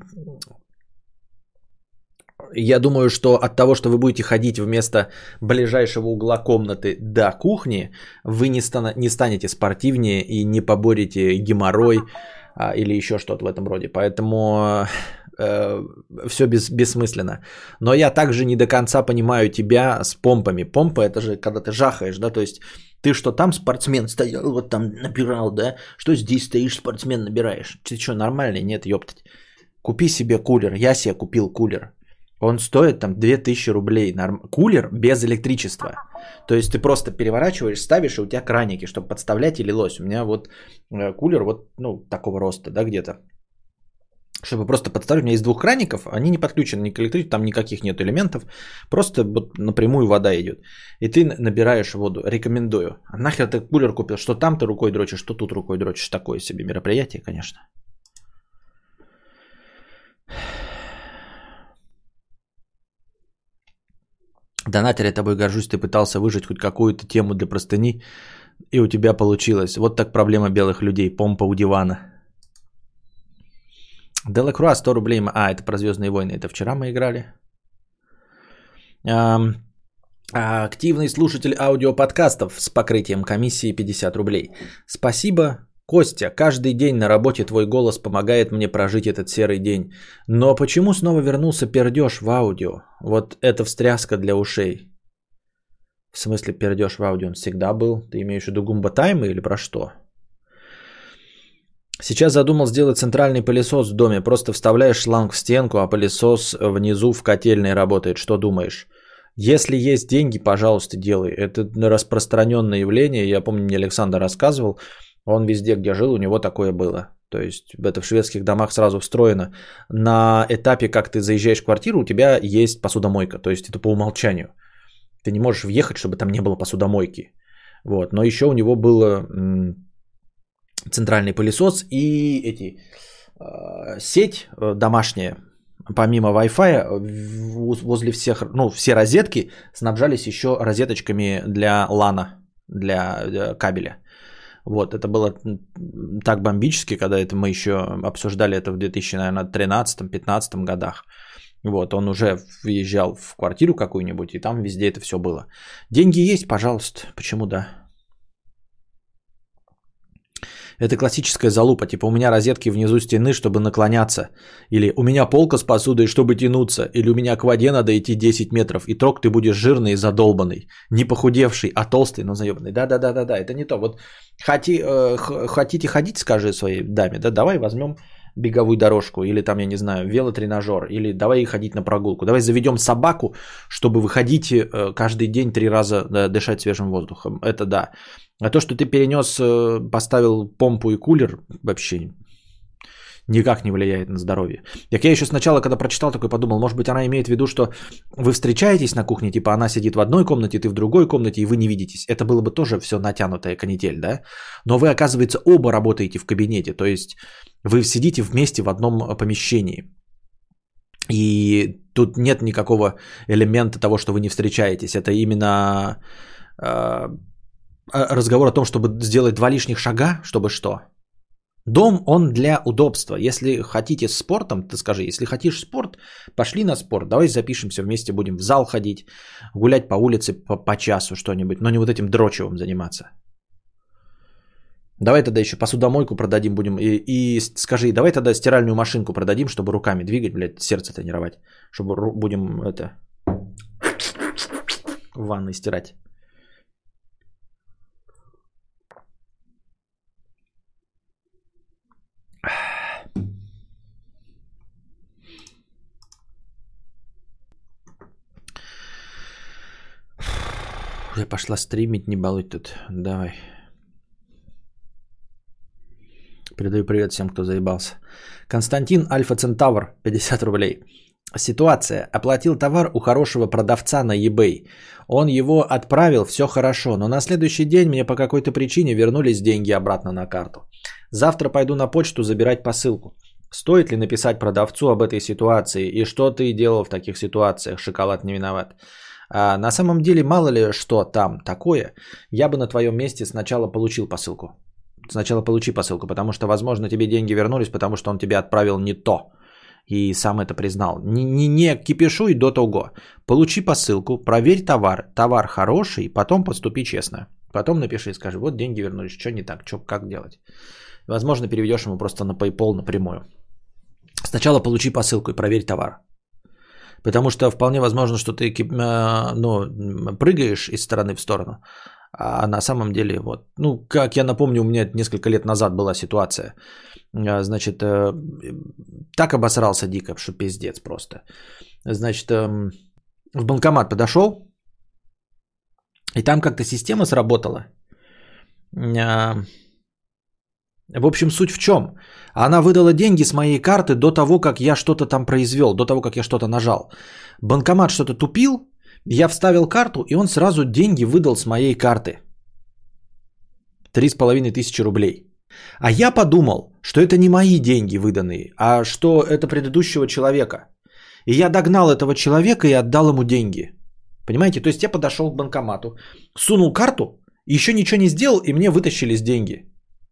Я думаю, что от того, что вы будете ходить вместо ближайшего угла комнаты до кухни, вы не станете спортивнее и не поборете геморрой или еще что-то в этом роде. Поэтому все бессмысленно. Но я также не до конца понимаю тебя с помпами. Помпа это же когда ты жахаешь, да, то есть ты что там спортсмен стоял, вот там набирал, да, что здесь стоишь спортсмен набираешь. Ты что, нормальный? Нет, ёптать. Купи себе кулер. Я себе купил кулер. Он стоит там 2000 рублей. Кулер без электричества. То есть ты просто переворачиваешь, ставишь, и у тебя краники, чтобы подставлять и лилось. У меня вот кулер вот ну, такого роста, да, где-то. Чтобы просто подставить. У меня есть 2 краников, они не подключены ни к электричеству, там никаких нет элементов. Просто вот напрямую вода идет. И ты набираешь воду. Рекомендую. А нахер ты кулер купил? Что там ты рукой дрочишь, что тут рукой дрочишь. Такое себе мероприятие, конечно. Донатер, я тобой горжусь, ты пытался выжить хоть какую-то тему для простыни, и у тебя получилось. Вот так проблема белых людей. Помпа у дивана. Делакруа 100 рублей. А, это про Звездные войны. Это вчера мы играли. Активный слушатель аудиоподкастов с покрытием комиссии 50 рублей. Спасибо, Костя. Каждый день на работе твой голос помогает мне прожить этот серый день. Но почему снова вернулся пердеж в аудио? Вот это встряска для ушей. В смысле пердеж в аудио? Он всегда был? Ты имеешь в виду Гумба Таймы или про что? Сейчас задумал сделать центральный пылесос в доме. Просто вставляешь шланг в стенку, а пылесос внизу в котельной работает. Что думаешь? Если есть деньги, пожалуйста, делай. Это распространенное явление. Я помню, мне Александр рассказывал. Он везде, где жил, у него такое было. То есть это в шведских домах сразу встроено. На этапе, как ты заезжаешь в квартиру, у тебя есть посудомойка. То есть это по умолчанию. Ты не можешь въехать, чтобы там не было посудомойки. Вот. Но еще у него было центральный пылесос и сеть домашняя. Помимо Wi-Fi, возле всех, ну, все розетки снабжались еще розеточками для LAN, для кабеля. Вот, это было так бомбически, когда это мы еще обсуждали это в 2013-2015 годах. Вот, он уже въезжал в квартиру какую-нибудь, и там везде это все было. Деньги есть, пожалуйста, почему да? Это классическая залупа, типа у меня розетки внизу стены, чтобы наклоняться. Или у меня полка с посудой, чтобы тянуться. Или у меня к воде надо идти 10 метров. И трог ты будешь жирный и задолбанный. Не похудевший, а толстый, но заебанный. Да, это не то. Вот хотите ходить, скажи своей даме, да, давай возьмем беговую дорожку. Или там, я не знаю, велотренажер. Или давай ходить на прогулку. Давай заведем собаку, чтобы выходить каждый день 3 раза дышать свежим воздухом. Это да. А то, что ты перенес, поставил помпу и кулер, вообще никак не влияет на здоровье. Так я еще сначала, когда прочитал, такой подумал, может быть, она имеет в виду, что вы встречаетесь на кухне, типа она сидит в одной комнате, ты в другой комнате, и вы не видитесь. Это было бы тоже все натянутая канитель, да? Но вы, оказывается, оба работаете в кабинете, то есть вы сидите вместе в одном помещении. И тут нет никакого элемента того, что вы не встречаетесь. Это именно разговор о том, чтобы сделать 2 лишних шага, чтобы что? Дом, он для удобства. Если хотите спортом, ты скажи, если хотишь спорт, пошли на спорт. Давай запишемся вместе, будем в зал ходить, гулять по улице по часу что-нибудь, но не вот этим дрочевым заниматься. Давай тогда еще посудомойку продадим будем. И скажи, давай тогда стиральную машинку продадим, чтобы руками двигать, блядь, сердце тренировать. Чтобы будем это в ванной стирать. Я пошла стримить, не балуй тут. Давай. Передаю привет всем, кто заебался. Константин Альфа Центавр, 50 рублей. Ситуация. Оплатил товар у хорошего продавца на eBay. Он его отправил, все хорошо, но на следующий день мне по какой-то причине вернулись деньги обратно на карту. Завтра пойду на почту забирать посылку. Стоит ли написать продавцу об этой ситуации? И что ты делал в таких ситуациях? Шоколад не виноват. На самом деле, мало ли что там такое, я бы на твоем месте сначала получил посылку. Сначала получи посылку, потому что, возможно, тебе деньги вернулись, потому что он тебе отправил не то. И сам это признал. Не кипишуй до того. Получи посылку, проверь товар. Товар хороший, потом поступи честно. Потом напиши и скажи, вот деньги вернулись, что не так, что, как делать. Возможно, переведешь ему просто на PayPal напрямую. Сначала получи посылку и проверь товар. Потому что вполне возможно, что ты прыгаешь из стороны в сторону, А на самом деле, вот, ну, как я напомню, у меня несколько лет назад была ситуация. Значит, так обосрался дико, что пиздец просто. Значит, в банкомат подошел, и там как-то система сработала. А, В общем, суть в чем? Она выдала деньги с моей карты до того, как я что-то там произвел, до того, как я что-то нажал. Банкомат что-то тупил, я вставил карту, и он сразу деньги выдал с моей карты. 3500 рублей. А я подумал, что это не мои деньги выданные, а что это предыдущего человека. И я догнал этого человека и отдал ему деньги. Понимаете? То есть я подошел к банкомату, сунул карту, еще ничего не сделал, и мне вытащились деньги.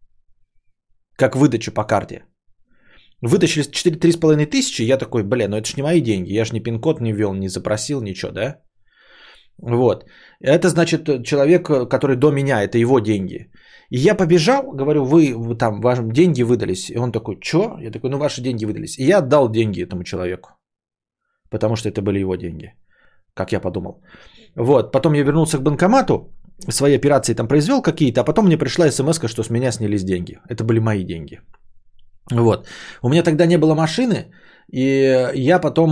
Как выдача по карте. Вытащили 3500, я такой, ну это ж не мои деньги, я ж ни пин-код не ввел, не запросил, ничего, да? Вот. Это значит человек, который до меня, это его деньги. И я побежал, говорю, вы там, ваши деньги выдались. И он такой, что? Я такой, ну ваши деньги выдались. И я отдал деньги этому человеку. Потому что это были его деньги. Как я подумал. Вот. Потом я вернулся к банкомату, свои операции там произвел какие-то, а потом мне пришла смс-ка, что с меня снялись деньги. Это были мои деньги. Вот. У меня тогда не было машины, и я потом,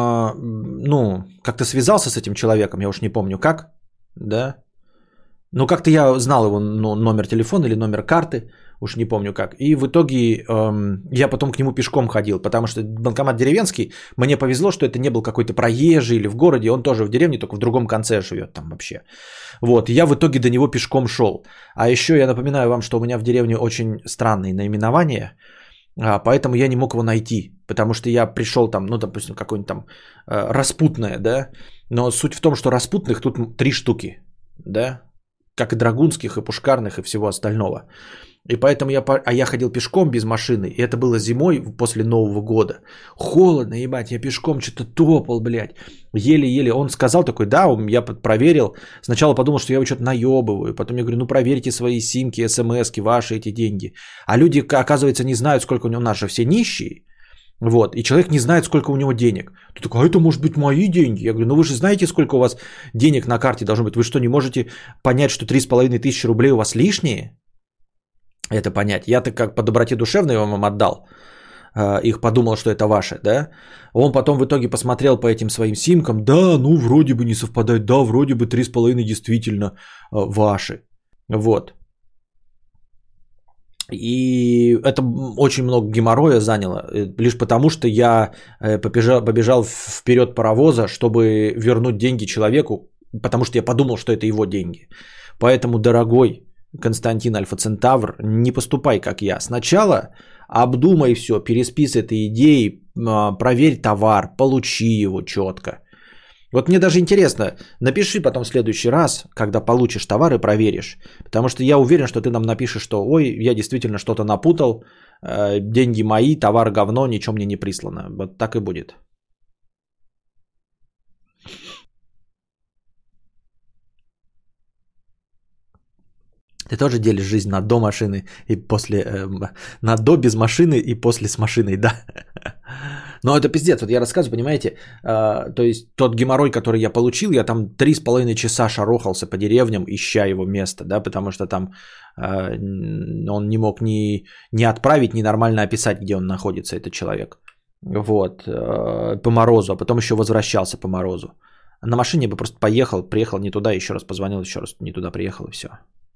ну, как-то связался с этим человеком, я уж не помню как, да. Ну, как-то я знал его номер телефона или номер карты, уж не помню как. И в итоге я потом к нему пешком ходил, потому что банкомат деревенский, мне повезло, что это не был какой-то проезжий или в городе, он тоже в деревне, только в другом конце живет там вообще. Вот, я в итоге до него пешком шел. А еще я напоминаю вам, что у меня в деревне очень странные наименования, поэтому я не мог его найти, потому что я пришел там, ну, допустим, какое-нибудь там распутное, да, но суть в том, что распутных тут 3 штуки, да, как и драгунских, и пушкарных, и всего остального. И поэтому я ходил пешком без машины, и это было зимой после Нового года. Холодно, ебать, я пешком что-то топал, блядь, еле-еле. Он сказал такой, да, я проверил. Сначала подумал, что я его что-то наебываю. Потом я говорю, ну проверьте свои симки, смски, ваши эти деньги. А люди, оказывается, не знают, сколько у него, наши все нищие. Вот, и человек не знает, сколько у него денег. Ты такой, а это может быть мои деньги? Я говорю, ну вы же знаете, сколько у вас денег на карте должно быть? Вы что, не можете понять, что 3500 рублей у вас лишние? Это понять. Я-то как по доброте душевной вам отдал. Их подумал, что это ваши, да? Он потом в итоге посмотрел по этим своим симкам. Да, ну вроде бы не совпадает. Да, вроде бы 3,5 действительно ваши. Вот. И это очень много геморроя заняло, лишь потому, что я побежал вперед паровоза, чтобы вернуть деньги человеку, потому что я подумал, что это его деньги. Поэтому, дорогой Константин Альфа-Центавр, не поступай, как я. Сначала обдумай все, переспи с этой идеей, проверь товар, получи его четко. Вот мне даже интересно, напиши потом в следующий раз, когда получишь товар и проверишь. Потому что я уверен, что ты нам напишешь, что ой, я действительно что-то напутал, деньги мои, товар говно, ничего мне не прислано. Вот так и будет. Ты тоже делишь жизнь на до машины и после... на до без машины и после с машиной, да? Но это пиздец, вот я рассказываю, понимаете, то есть тот геморрой, который я получил, я там 3,5 часа шарохался по деревням, ища его место, да, потому что там он не мог ни отправить, ни нормально описать, где он находится, этот человек. Вот, по морозу, а потом еще возвращался по морозу. На машине бы просто приехал не туда, еще раз позвонил, еще раз не туда приехал и все.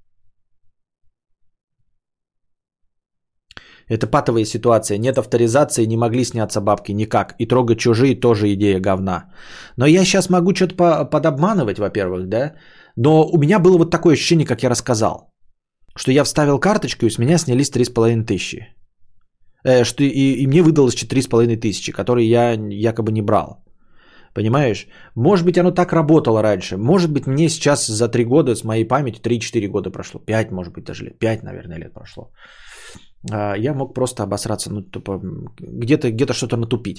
Это патовая ситуация. Нет авторизации, не могли сняться бабки никак. И трогать чужие тоже идея говна. Но я сейчас могу что-то подобманывать, во-первых, да? Но у меня было вот такое ощущение, как я рассказал. Что я вставил карточку, и с меня снялись 3500. И мне выдалось 3500, которые я якобы не брал. Понимаешь? Может быть, оно так работало раньше. Может быть, мне сейчас за 3 года с моей памяти, 3-4 года прошло. 5, может быть, даже 5, наверное, лет прошло. Я мог просто обосраться, ну, тупо, где-то что-то натупить.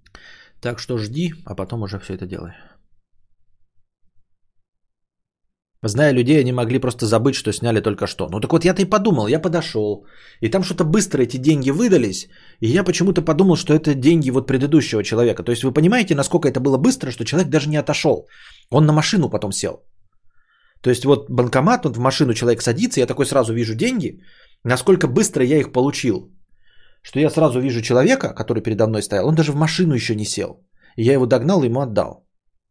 Так что жди, а потом уже все это делай. Зная людей, они могли просто забыть, что сняли только что. Ну так вот я-то и подумал, я подошел, и там что-то быстро эти деньги выдались, и я почему-то подумал, что это деньги вот предыдущего человека. То есть вы понимаете, насколько это было быстро, что человек даже не отошел. Он на машину потом сел. То есть вот банкомат, он в машину человек садится, я такой сразу вижу деньги, насколько быстро я их получил. Что я сразу вижу человека, который передо мной стоял, он даже в машину еще не сел. И я его догнал и ему отдал.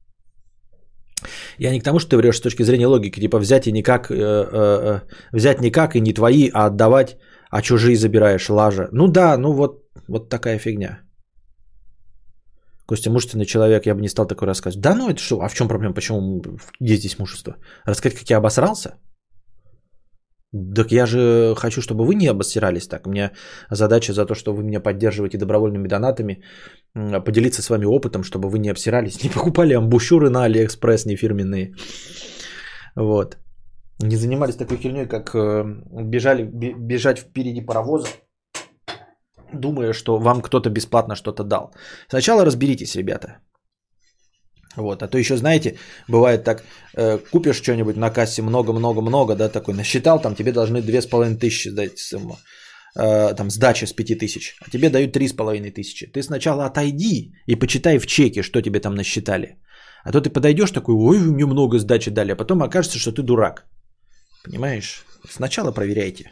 Я не к тому, что ты врешь с точки зрения логики, типа взять и никак, взять никак и не твои, а отдавать, а чужие забираешь, лажа. Ну да, ну вот такая фигня. Костя, мужественный человек, я бы не стал такой рассказывать. Да ну это что, а в чем проблема, почему, где здесь мужество? Рассказать, как я обосрался? Так я же хочу, чтобы вы не обосрались так. У меня задача за то, что вы меня поддерживаете добровольными донатами, поделиться с вами опытом, чтобы вы не обсирались, не покупали амбушюры на Алиэкспресс, не фирменные. Вот. Не занимались такой херней, как бежать впереди паровоза, думая, что вам кто-то бесплатно что-то дал. Сначала разберитесь, ребята. Вот, а то еще, знаете, бывает так, купишь что-нибудь на кассе много-много-много, да, такой насчитал, там тебе должны 2500 сдать сумму, там сдача с 5000, а тебе дают 3500. Ты сначала отойди и почитай в чеке, что тебе там насчитали. А то ты подойдешь такой, ой, вы мне много сдачи дали, а потом окажется, что ты дурак. Понимаешь? Сначала проверяйте.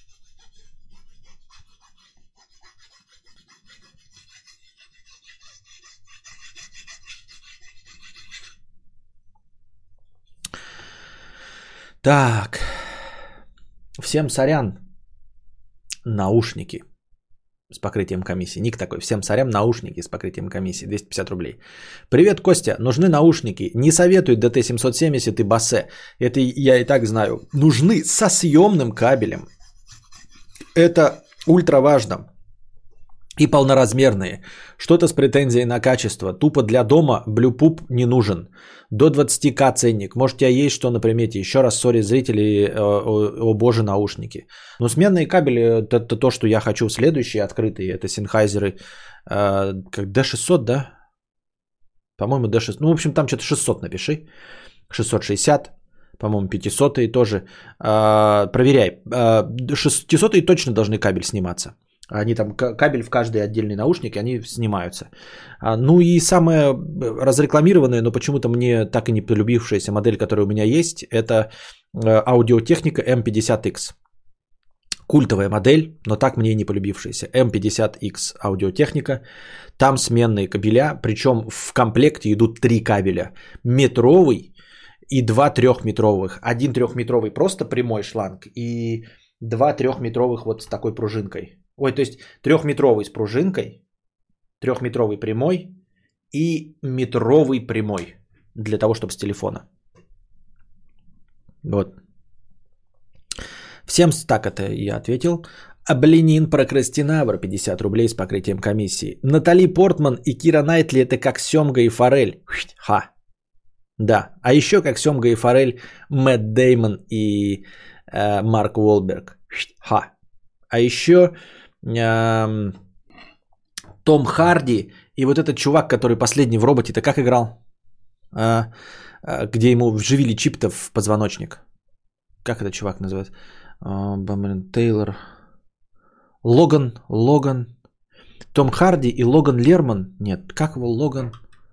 Так, всем сорян, наушники с покрытием комиссии. Ник такой, всем сорян, наушники с покрытием комиссии, 250 рублей. Привет, Костя, нужны наушники. Не советуют DT770 и Bose. Это я и так знаю. Нужны со съемным кабелем. Это ультра важно. И полноразмерные. Что-то с претензией на качество. Тупо для дома Bluepoop не нужен. До 20к ценник. Может, у тебя есть что на примете? Еще раз, сори, зрители, о боже, наушники. Но сменные кабели, это то, что я хочу. Следующие открытые, это Sennheiser как D600, да? По-моему, D600. Ну, в общем, там что-то 600 напиши. 660. По-моему, 500 тоже. Проверяй. 600 точно должны кабель сниматься. Они там, кабель в каждый отдельный наушник, они снимаются. Ну и самая разрекламированная, но почему-то мне так и не полюбившаяся модель, которая у меня есть, это Audio-Technica M50X. Культовая модель, но так мне и не полюбившаяся. M50X Audio-Technica. Там сменные кабеля, причем в комплекте идут 3 кабеля. Метровый и 2 трехметровых. Один трехметровый просто прямой шланг и 2 трехметровых вот с такой пружинкой. Ой, то есть 3-метровый с пружинкой, 3-метровый прямой и метровый прямой для того, чтобы с телефона. Вот. Всем так это я ответил. Обленин прокрастинавр, 50 рублей с покрытием комиссии. Натали Портман и Кира Найтли это как Семга и Форель. Ха. Да, а еще как Семга и Форель Мэтт Деймон и Марк Уолберг. Ха. А еще Том Харди и вот этот чувак, который последний в роботе-то как играл? Где ему вживили чип-то в позвоночник. Как этот чувак называется? Бамберн Тейлор. Логан. Том Харди и Логан Лерман. Нет, как его Логан?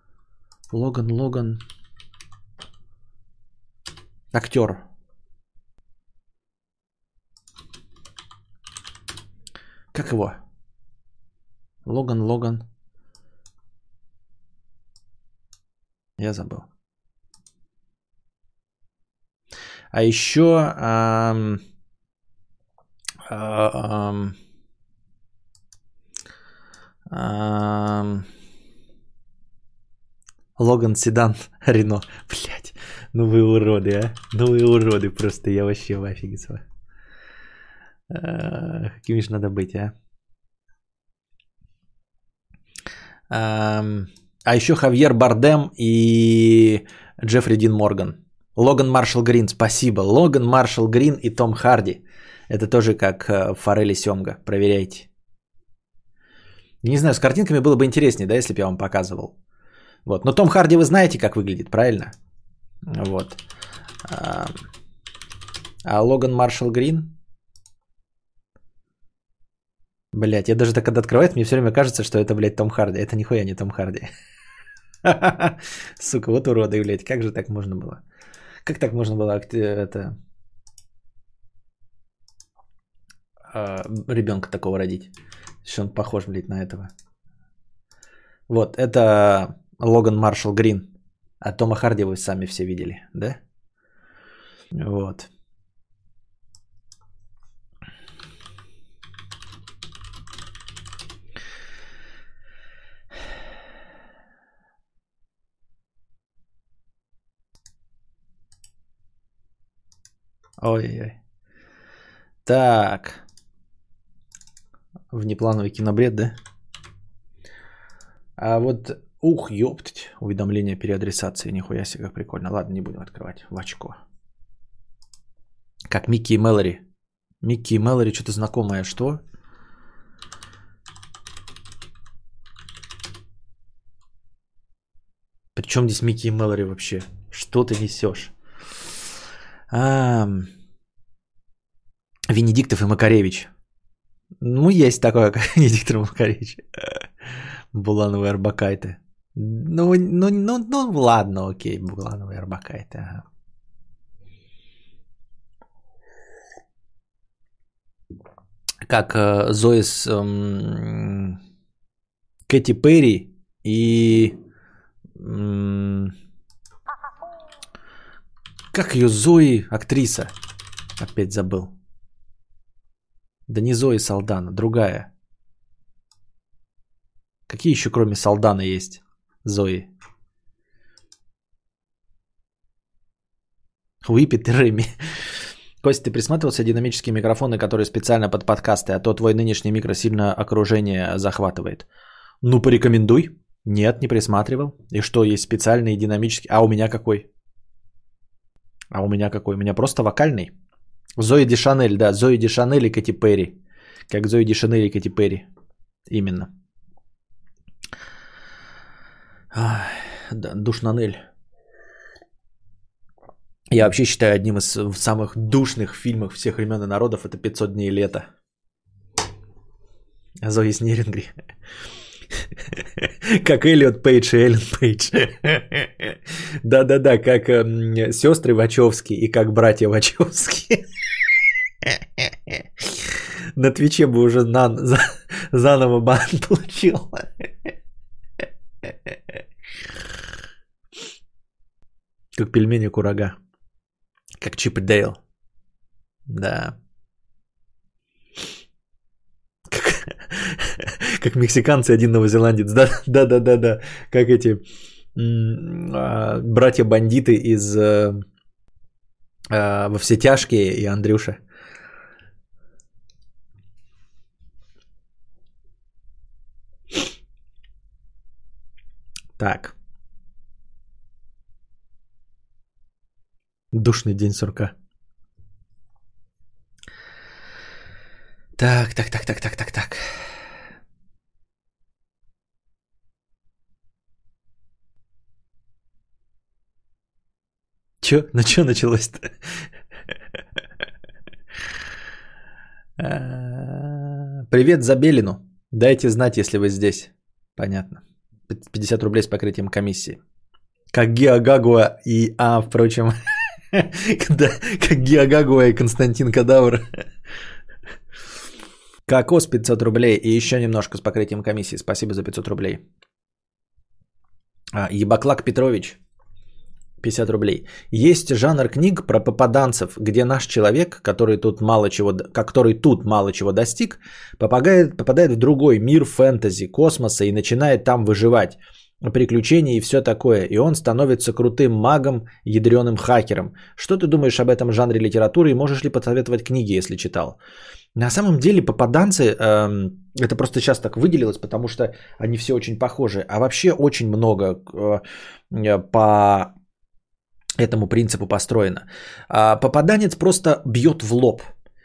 Актер. Как его? Логан. Я забыл. А еще Логан Седан Рено. Блять, ну вы уроды, а? Ну вы уроды просто, я вообще в офиге с вами. Какими же надо быть, а? А еще Хавьер Бардем и Джеффри Дин Морган. Логан Маршалл Грин, спасибо. Логан Маршалл Грин и Том Харди. Это тоже как Форель и Семга. Проверяйте. Не знаю, с картинками было бы интереснее, да, если бы я вам показывал. Вот. Но Том Харди вы знаете, как выглядит, правильно? Вот. А Логан Маршалл Грин? Блять, я даже так, когда открывает, мне все время кажется, что это, блядь, Том Харди. Это нихуя не Том Харди. Сука, вот уроды, блядь. Как же так можно было? Как так можно было это... ребенка такого родить? Что он похож, блядь, на этого. Вот, это Логан Маршалл Грин. А Тома Харди вы сами все видели, да? Вот. Ой-ой-ой. Так. Внеплановый кинобред, да? А вот, ух, ёптать, уведомление переадресации, нихуя себе, как прикольно. Ладно, не будем открывать, в очко. Как Микки и Мэлори. Микки и Мэлори, что-то знакомое, что? Причем здесь Микки и Мэлори вообще? Что ты несешь? Венедиктов и Макаревич. Ну, есть такое, как Венедиктов и Макаревич. Буланова и Арбакайте. Ну, ладно, окей, Буланова и Арбакайте. Ага. Как Зои с Кэти Перри и... как ее Зои, актриса? Опять забыл. Да не Зои Салдана, другая. Какие еще кроме Салдана есть Зои? Уипет и Реми. Костя, ты присматривался динамические микрофоны, которые специально под подкасты, а то твой нынешний микро сильно окружение захватывает. Ну, порекомендуй. Нет, не присматривал. И что, есть специальные динамические? А у меня какой? У меня просто вокальный. Зои Ди Шанель, да. Зои Ди Шанель и Кэти Перри. Как Зои Ди Шанель и Кэти Перри. Именно. Да, Душнанель. Я вообще считаю одним из самых душных фильмов всех времен и народов это 500 дней лета. Зои Снерингри. Как Эллиот Пейдж и Эллен Пейдж. Да-да-да, как сестры Вачовски и как братья Вачовски. На Твиче бы уже заново бан получил. Как пельмени Курага. Как Чип и Дейл. Да. Как мексиканцы, один новозеландец. Да. Как эти братья-бандиты из «Во все тяжкие» и Андрюша. Так. Душный день сурка. Так. Чё? Ну чё началось-то? Привет Забелину. Дайте знать, если вы здесь. Понятно. 50 рублей с покрытием комиссии. Как Геогагуа и... впрочем... как Геогагуа и Константин Кадавр. Кокос 500 рублей и еще немножко с покрытием комиссии. Спасибо за 500 рублей. Ебаклак Петрович. 50 рублей. Есть жанр книг про попаданцев, где наш человек, который тут мало чего достиг, попадает в другой мир фэнтези, космоса и начинает там выживать. Приключения и все такое. И он становится крутым магом, ядреным хакером. Что ты думаешь об этом жанре литературы и можешь ли посоветовать книги, если читал? На самом деле попаданцы, это просто сейчас так выделилось, потому что они все очень похожи. А вообще очень много по этому принципу построено. Попаданец просто бьет в лоб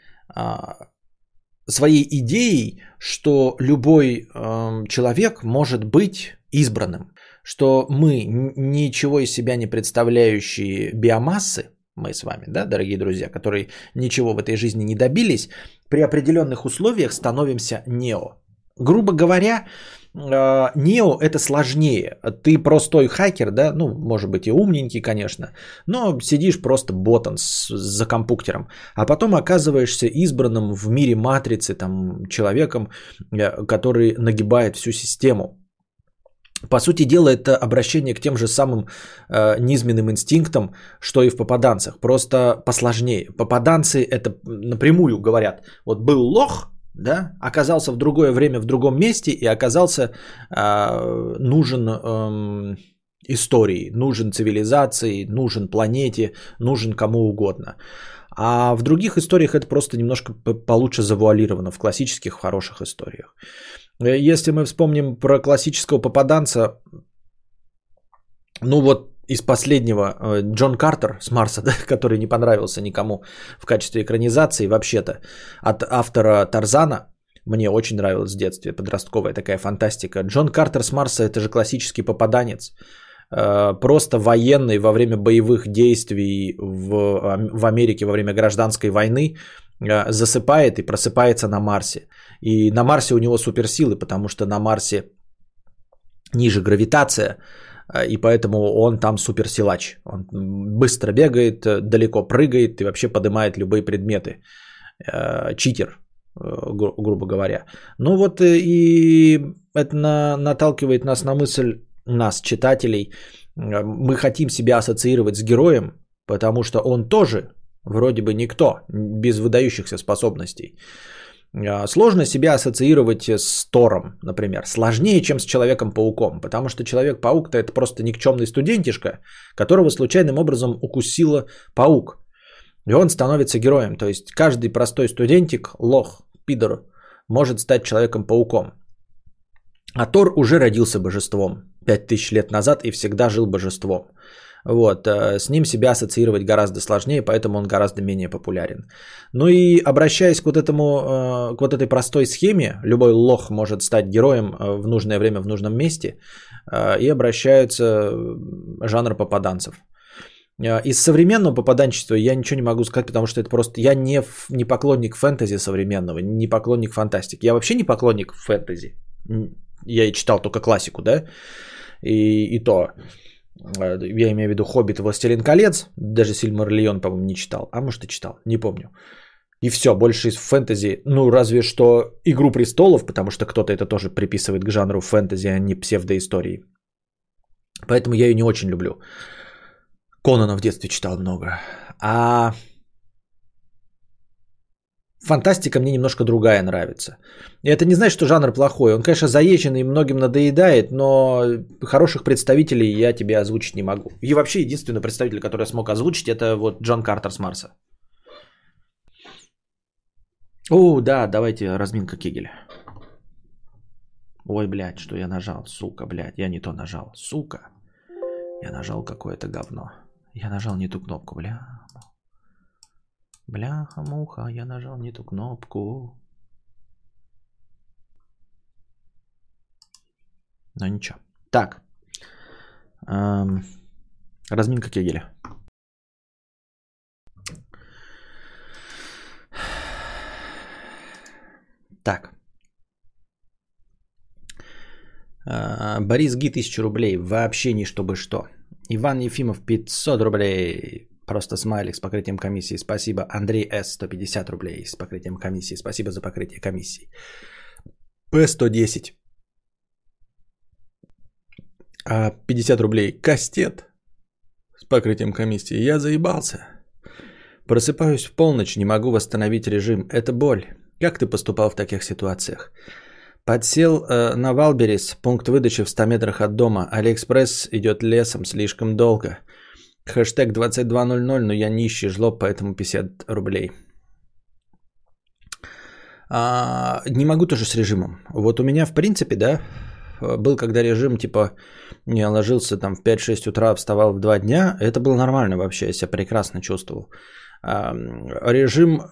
своей идеей, что любой человек может быть избранным, что мы, ничего из себя не представляющие биомассы, мы с вами, да, дорогие друзья, которые ничего в этой жизни не добились, при определенных условиях становимся нео. Грубо говоря, нео это сложнее. Ты простой хакер, да, ну, может быть и умненький, конечно, но сидишь просто ботом за компьютером, а потом оказываешься избранным в мире матрицы, там, человеком, который нагибает всю систему. По сути дела, это обращение к тем же самым низменным инстинктам, что и в попаданцах, просто посложнее. Попаданцы это напрямую говорят, вот был лох, да, оказался в другое время, в другом месте и оказался нужен истории, нужен цивилизации, нужен планете, нужен кому угодно. А в других историях это просто немножко получше завуалировано, в классических хороших историях. Если мы вспомним про классического попаданца, ну вот из последнего Джон Картер с Марса, да, который не понравился никому в качестве экранизации, вообще-то от автора Тарзана, мне очень нравилось в детстве, подростковая такая фантастика. Джон Картер с Марса это же классический попаданец, просто военный во время боевых действий в Америке во время гражданской войны засыпает и просыпается на Марсе. И на Марсе у него суперсилы, потому что на Марсе ниже гравитация, и поэтому он там суперсилач. Он быстро бегает, далеко прыгает и вообще поднимает любые предметы. Читер, грубо говоря. Ну вот и это наталкивает нас на мысль, нас, читателей, мы хотим себя ассоциировать с героем, потому что он тоже вроде бы никто, без выдающихся способностей. Сложно себя ассоциировать с Тором, например. Сложнее, чем с Человеком-пауком, потому что Человек-паук-то это просто никчемный студентишка, которого случайным образом укусила паук. И он становится героем. То есть каждый простой студентик, лох, пидор, может стать Человеком-пауком. А Тор уже родился божеством 5000 лет назад и всегда жил божеством. Вот, с ним себя ассоциировать гораздо сложнее, поэтому он гораздо менее популярен. Ну и обращаясь к вот этой простой схеме, любой лох может стать героем в нужное время, в нужном месте, и обращается жанр попаданцев. Из современного попаданчества я ничего не могу сказать, потому что это просто... Я не поклонник фэнтези современного, не поклонник фантастики. Я вообще не поклонник фэнтези. Я и читал только классику, да? И то... Я имею в виду «Хоббит», «Властелин колец», даже «Сильмариллион», по-моему, не читал, а может и читал, не помню. И все, больше из фэнтези, ну разве что «Игру престолов», потому что кто-то это тоже приписывает к жанру фэнтези, а не псевдоистории. Поэтому я ее не очень люблю. Конана в детстве читал много. А фантастика мне немножко другая нравится. И это не значит, что жанр плохой. Он, конечно, заезжен и многим надоедает, но хороших представителей я тебе озвучить не могу. И вообще единственный представитель, который я смог озвучить, это вот Джон Картер с Марса. О, да, давайте разминка Кегеля. Ой, блядь, что я нажал, сука, блядь, я не то нажал, сука. Я нажал какое-то говно. Я нажал не ту кнопку, бля. Бляха-муха, я нажал не ту кнопку. Но ничего. Так. Разминка Кегеля. Так. Борис Ги 1000 рублей. Вообще ни чтобы что. Иван Ефимов 500 рублей. Просто смайлик с покрытием комиссии. Спасибо. Андрей С. 150 рублей с покрытием комиссии. Спасибо за покрытие комиссии. П110. 50 рублей. Кастет с покрытием комиссии. Я заебался. Просыпаюсь в полночь, не могу восстановить режим. Это боль. Как ты поступал в таких ситуациях? Подсел на Валберис, пункт выдачи в 100 метрах от дома. Алиэкспресс идет лесом слишком долго. Хэштег 2200, но я нищий жлоб, поэтому 50 рублей. Не могу тоже с режимом. Вот у меня в принципе, да, был когда режим типа я ложился там в 5-6 утра, вставал в 2 дня. Это было нормально вообще, я себя прекрасно чувствовал. Режим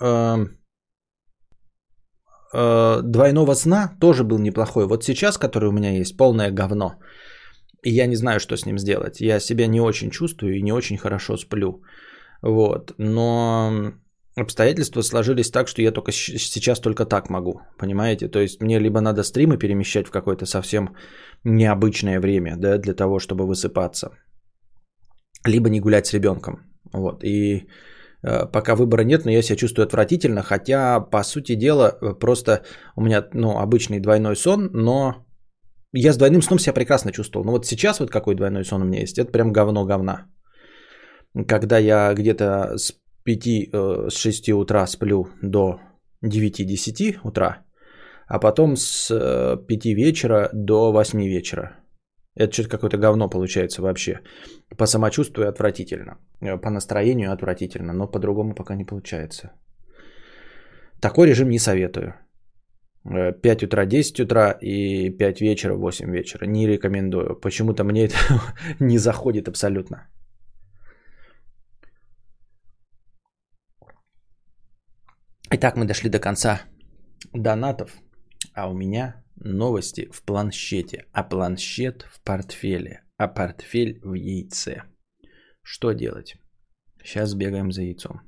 двойного сна тоже был неплохой. Вот сейчас, который у меня есть, полное говно. И я не знаю, что с ним сделать. Я себя не очень чувствую и не очень хорошо сплю. Вот. Но обстоятельства сложились так, что я только сейчас только так могу. Понимаете? То есть мне либо надо стримы перемещать в какое-то совсем необычное время, да, для того, чтобы высыпаться. Либо не гулять с ребенком. Вот. И пока выбора нет, но я себя чувствую отвратительно. Хотя, по сути дела, просто у меня обычный двойной сон, но я с двойным сном себя прекрасно чувствовал. Но вот сейчас вот какой двойной сон у меня есть, это прям говно говна. Когда я где-то с 6 утра сплю до 9-10 утра, а потом с 5 вечера до 8 вечера. Это что-то какое-то говно получается вообще. По самочувствию отвратительно. По настроению отвратительно, но по-другому пока не получается. Такой режим не советую. 5 утра, 10 утра и 5 вечера, 8 вечера. Не рекомендую. Почему-то мне это не заходит абсолютно. Итак, мы дошли до конца донатов. А у меня новости в планшете. А планшет в портфеле. А портфель в яйце. Что делать? Сейчас бегаем за яйцом.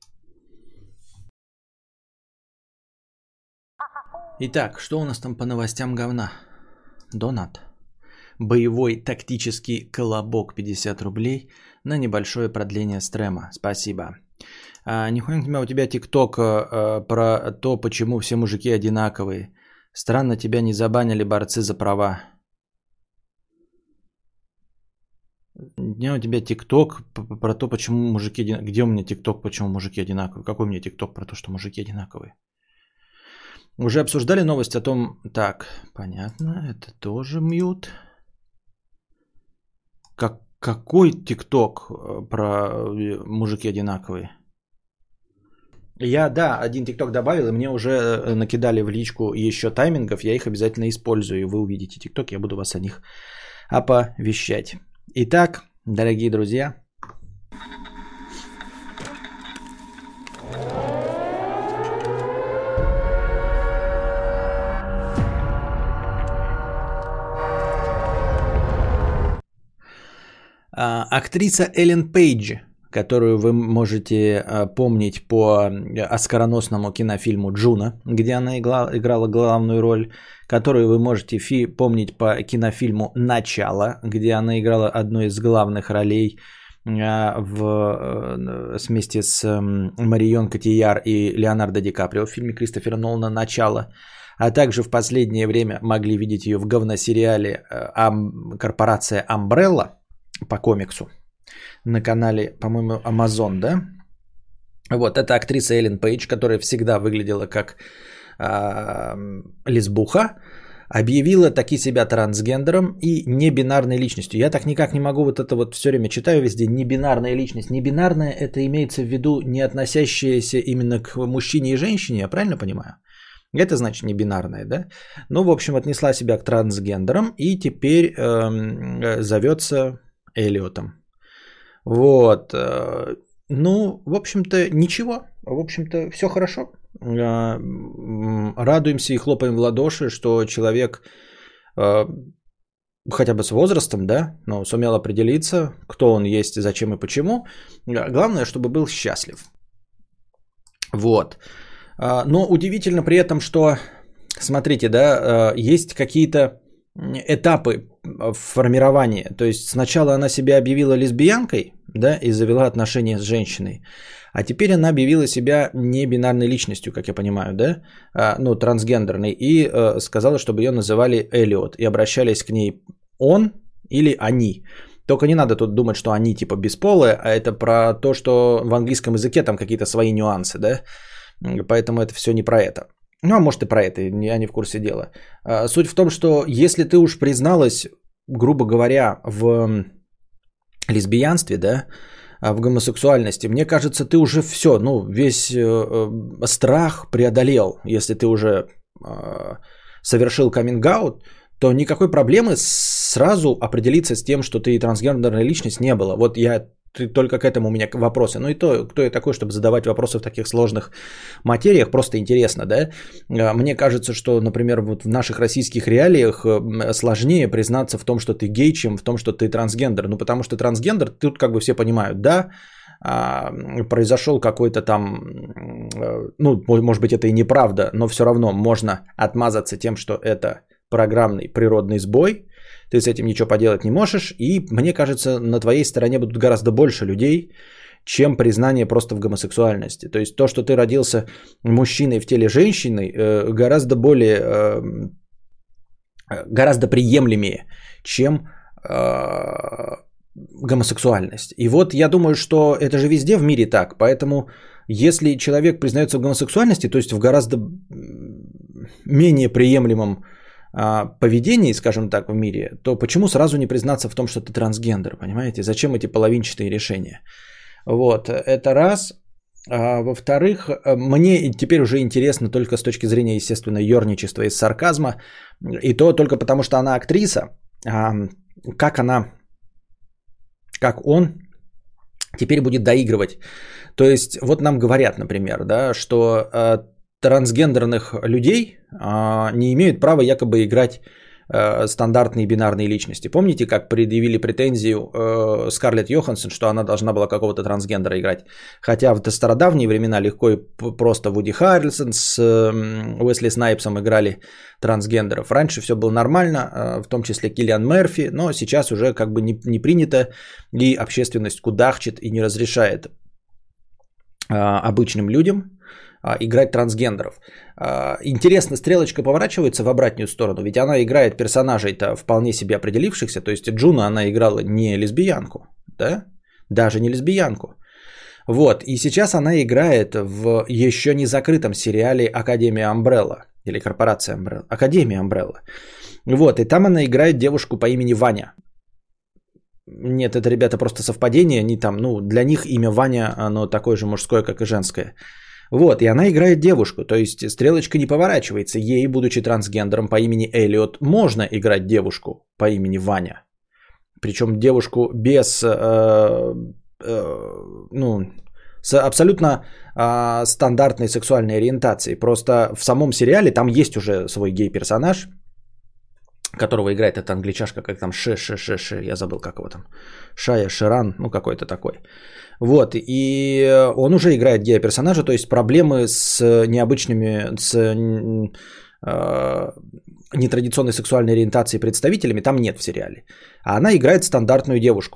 Итак, что у нас там по новостям говна? Донат. Боевой тактический колобок 50 рублей на небольшое продление стрема. Спасибо. Нихуя у тебя тикток про то, почему все мужики одинаковые. Странно, тебя не забанили борцы за права. Где у тебя тикток про то, почему мужики одинаковые? Где у меня тикток, почему мужики одинаковые? Какой у меня тикток про то, что мужики одинаковые? Уже обсуждали новость о том... Так, понятно, это тоже мьют. Какой тикток про мужики одинаковые? Я, да, один тикток добавил, и мне уже накидали в личку еще таймингов, я их обязательно использую, и вы увидите тикток, я буду вас о них оповещать. Итак, дорогие друзья, актриса Эллен Пейдж, которую вы можете помнить по оскароносному кинофильму «Джуна», где она играла главную роль, которую вы можете помнить по кинофильму «Начало», где она играла одну из главных ролей вместе с Марион Котийяр и Леонардо Ди Каприо в фильме Кристофера Нолана «Начало», а также в последнее время могли видеть ее в говносериале «Корпорация Амбрелла» по комиксу на канале, по-моему, Amazon, да? Вот, это актриса Эллен Пейдж, которая всегда выглядела как лесбуха, объявила таки себя трансгендером и небинарной личностью. Я так никак не могу, вот это вот все время читаю везде, небинарная личность. Небинарная, это имеется в виду не относящаяся именно к мужчине и женщине, я правильно понимаю? Это значит небинарная, да? Ну, в общем, отнесла себя к трансгендерам и теперь зовется Эллиотом. Вот. Ну, в общем-то, ничего. В общем-то, все хорошо. Радуемся и хлопаем в ладоши, что человек хотя бы с возрастом, да, но сумел определиться, кто он есть, зачем и почему. Главное, чтобы был счастлив. Вот. Но удивительно при этом, что, смотрите, да, есть какие-то этапы формирования. То есть сначала она себя объявила лесбиянкой, да, и завела отношения с женщиной. А теперь она объявила себя небинарной личностью, как я понимаю, да, ну, трансгендерной, и сказала, чтобы ее называли Эллиот, и обращались к ней он или они. Только не надо тут думать, что они типа бесполые, а это про то, что в английском языке там какие-то свои нюансы, да, поэтому это все не про это. Ну, а может и про это, я не в курсе дела. Суть в том, что если ты уж призналась, грубо говоря, в лесбиянстве, да, в гомосексуальности, мне кажется, ты уже все, ну, весь страх преодолел. Если ты уже совершил каминг-аут, то никакой проблемы сразу определиться с тем, что ты трансгендерная личность, не было. Вот только к этому у меня вопросы. Ну и то, кто я такой, чтобы задавать вопросы в таких сложных материях, просто интересно, да? Мне кажется, что, например, вот в наших российских реалиях сложнее признаться в том, что ты гей, чем в том, что ты трансгендер. Ну потому что трансгендер, тут как бы все понимают, да, произошел какой-то там, ну, может быть, это и неправда, но все равно можно отмазаться тем, что это программный природный сбой, ты с этим ничего поделать не можешь, и мне кажется, на твоей стороне будут гораздо больше людей, чем признание просто в гомосексуальности. То есть то, что ты родился мужчиной в теле женщины, гораздо приемлемее, чем гомосексуальность. И вот я думаю, что это же везде в мире так, поэтому если человек признается в гомосексуальности, то есть в гораздо менее приемлемом поведении, скажем так, в мире, то почему сразу не признаться в том, что ты трансгендер, понимаете? Зачем эти половинчатые решения? Вот, это раз. Во-вторых, мне теперь уже интересно только с точки зрения, естественно, ерничества и сарказма, и то только потому, что она актриса, как он теперь будет доигрывать. То есть, вот нам говорят, например, да, что трансгендерных людей не имеют права якобы играть стандартные бинарные личности. Помните, как предъявили претензию Скарлетт Йоханссон, что она должна была какого-то трансгендера играть? Хотя в стародавние времена легко и просто Вуди Харрельсон с Уэсли Снайпсом играли трансгендеров. Раньше все было нормально, в том числе Киллиан Мерфи, но сейчас уже как бы не принято, и общественность кудахчет и не разрешает обычным людям играть трансгендеров. Интересно, стрелочка поворачивается в обратную сторону, ведь она играет персонажей-то вполне себе определившихся, то есть Джуна она играла не лесбиянку, да? Даже не лесбиянку. Вот, и сейчас она играет в еще не закрытом сериале Академия Амбрелла, или Корпорация Амбрелла, Академия Амбрелла. Вот, и там она играет девушку по имени Ваня. Нет, это, ребята, просто совпадение, они там, ну, для них имя Ваня, оно такое же мужское, как и женское. Вот, и она играет девушку, то есть стрелочка не поворачивается. Ей, будучи трансгендером по имени Эллиот, можно играть девушку по имени Ваня. Причем девушку без, с абсолютно стандартной сексуальной ориентацией. Просто в самом сериале там есть уже свой гей-персонаж, которого играет эта англичашка, как там я забыл, как его там, Шая Ширан, ну какой-то такой. Вот, и он уже играет гея-персонажа, то есть проблемы с необычными, с нетрадиционной сексуальной ориентацией представителями там нет в сериале. А она играет стандартную девушку.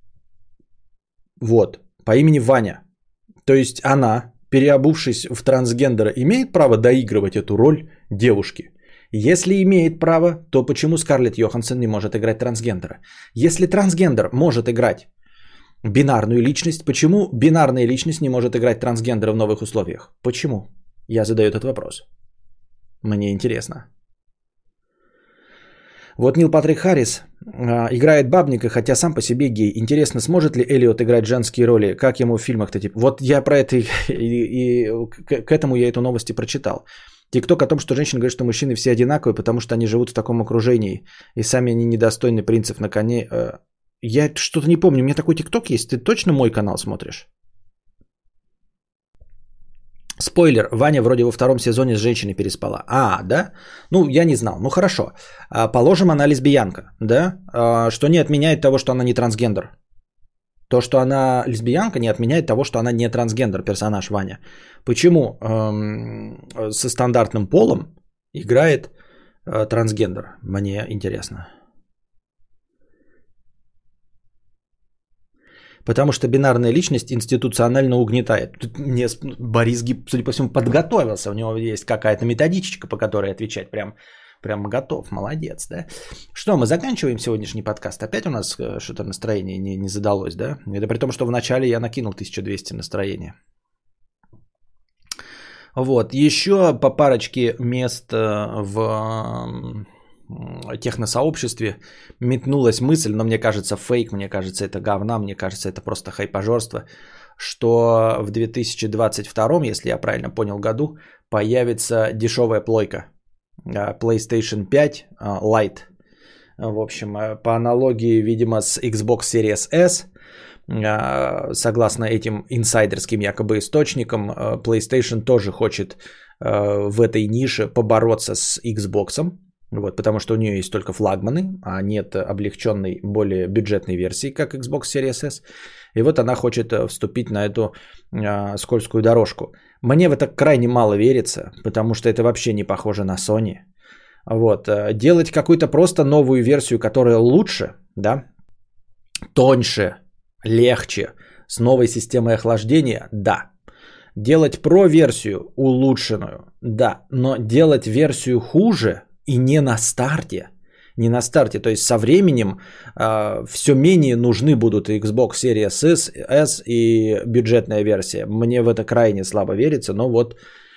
Вот, по имени Ваня. То есть она, переобувшись в трансгендера, имеет право доигрывать эту роль девушки. Если имеет право, то почему Скарлетт Йоханссон не может играть трансгендера? Если трансгендер может играть бинарную личность, почему бинарная личность не может играть трансгендера в новых условиях? Почему? Я задаю этот вопрос. Мне интересно. Вот Нил Патрик Харрис играет бабника, хотя сам по себе гей. Интересно, сможет ли Эллиот играть женские роли? Как ему в фильмах-то? Вот я про это и к этому я эту новость и прочитал. ТикТок о том, что женщины говорят, что мужчины все одинаковые, потому что они живут в таком окружении, и сами они недостойны принцев на коне. Я что-то не помню, у меня такой ТикТок есть, ты точно мой канал смотришь? Спойлер, Ваня вроде во втором сезоне с женщиной переспала. Да? Ну, я не знал. Ну, хорошо. Положим, она лесбиянка, да? Что не отменяет того, что она не трансгендер. То, что она лесбиянка, не отменяет того, что она не трансгендер, персонаж Ваня. Почему со стандартным полом играет трансгендер? Мне интересно. Потому что бинарная личность институционально угнетает. Тут мне Борис Гиб, судя по всему, подготовился. У него есть какая-то методичка, по которой отвечать. Прям готов. Молодец, да? Что, мы заканчиваем сегодняшний подкаст? Опять у нас что-то настроение не задалось, да? Это при том, что в начале я накинул 1200 настроения. Вот. Еще по парочке мест в техносообществе метнулась мысль, но мне кажется фейк, мне кажется это говна, мне кажется это просто хайпажорство, что в 2022, если я правильно понял, году появится дешевая плойка PlayStation 5 Lite. В общем, по аналогии, видимо, с Xbox Series S, согласно этим инсайдерским якобы источникам, PlayStation тоже хочет в этой нише побороться с Xbox. Вот, потому что у нее есть только флагманы, а нет облегченной, более бюджетной версии, как Xbox Series S. И вот она хочет вступить на эту скользкую дорожку. Мне в это крайне мало верится, потому что это вообще не похоже на Sony. Вот, делать какую-то просто новую версию, которая лучше, да, тоньше, легче, с новой системой охлаждения, да. Делать про-версию улучшенную, да, но делать версию хуже и не на старте, то есть со временем все менее нужны будут и Xbox Series S и бюджетная версия. Мне в это крайне слабо верится, но вот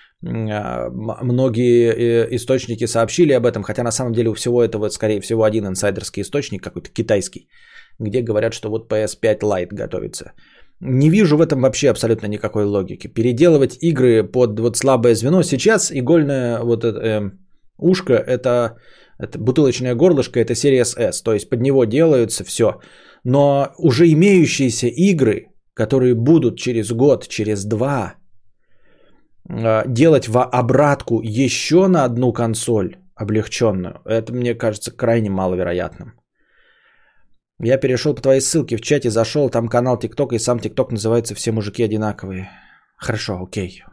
многие источники сообщили об этом, хотя на самом деле у всего этого, скорее всего, один инсайдерский источник, какой-то китайский, где говорят, что вот PS5 Lite готовится. Не вижу в этом вообще абсолютно никакой логики. Переделывать игры под вот слабое звено. Сейчас игольное вот это, ушко, это бутылочное горлышко, это Series S. То есть под него делаются все. Но уже имеющиеся игры, которые будут через год, через два, делать в обратку еще на одну консоль облегченную, это мне кажется крайне маловероятным. Я перешел по твоей ссылке в чате, зашел, там канал ТикТок, и сам ТикТок называется «Все мужики одинаковые». Хорошо, окей.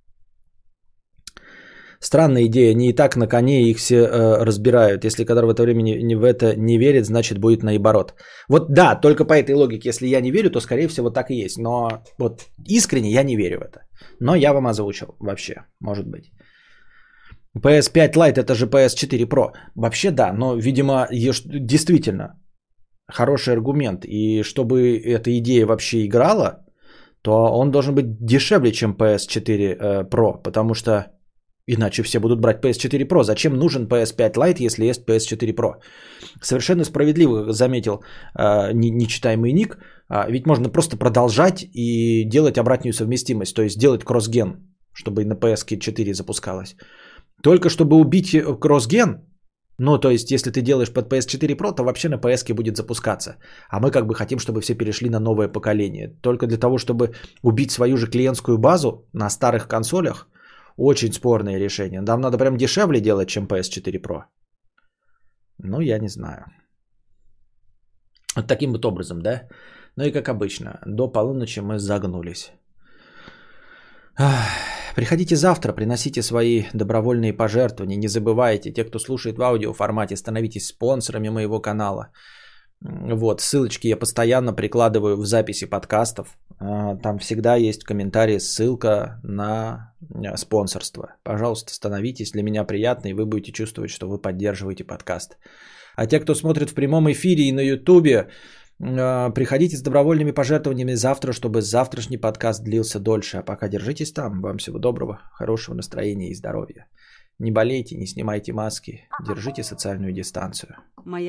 Странная идея, они и так на коне их все разбирают. Если Кадар в это время в это не верит, значит будет наоборот. Вот да, только по этой логике, если я не верю, то скорее всего так и есть. Но вот искренне я не верю в это. Но я вам озвучил вообще, может быть. PS5 Lite это же PS4 Pro. Вообще да, но видимо действительно хороший аргумент. И чтобы эта идея вообще играла, то он должен быть дешевле, чем PS4 Pro. Потому что иначе все будут брать PS4 Pro. Зачем нужен PS5 Lite, если есть PS4 Pro? Совершенно справедливо заметил нечитаемый ник. Ведь можно просто продолжать и делать обратную совместимость. То есть делать кроссген, чтобы и на PS4 запускалось. Только чтобы убить кроссген, ну то есть если ты делаешь под PS4 Pro, то вообще на PS будет запускаться. А мы как бы хотим, чтобы все перешли на новое поколение. Только для того, чтобы убить свою же клиентскую базу на старых консолях, очень спорное решение. Нам надо прям дешевле делать, чем PS4 Pro. Ну, я не знаю. Вот таким вот образом, да? Ну и как обычно, до полуночи мы загнулись. Приходите завтра, приносите свои добровольные пожертвования. Не забывайте, те, кто слушает в аудиоформате, становитесь спонсорами моего канала. Вот, ссылочки я постоянно прикладываю в записи подкастов. Там всегда есть в комментарии ссылка на спонсорство. Пожалуйста, становитесь, для меня приятно, и вы будете чувствовать, что вы поддерживаете подкаст. А те, кто смотрит в прямом эфире и на ютубе, приходите с добровольными пожертвованиями завтра, чтобы завтрашний подкаст длился дольше. А пока держитесь там. Вам всего доброго, хорошего настроения и здоровья. Не болейте, не снимайте маски, держите социальную дистанцию.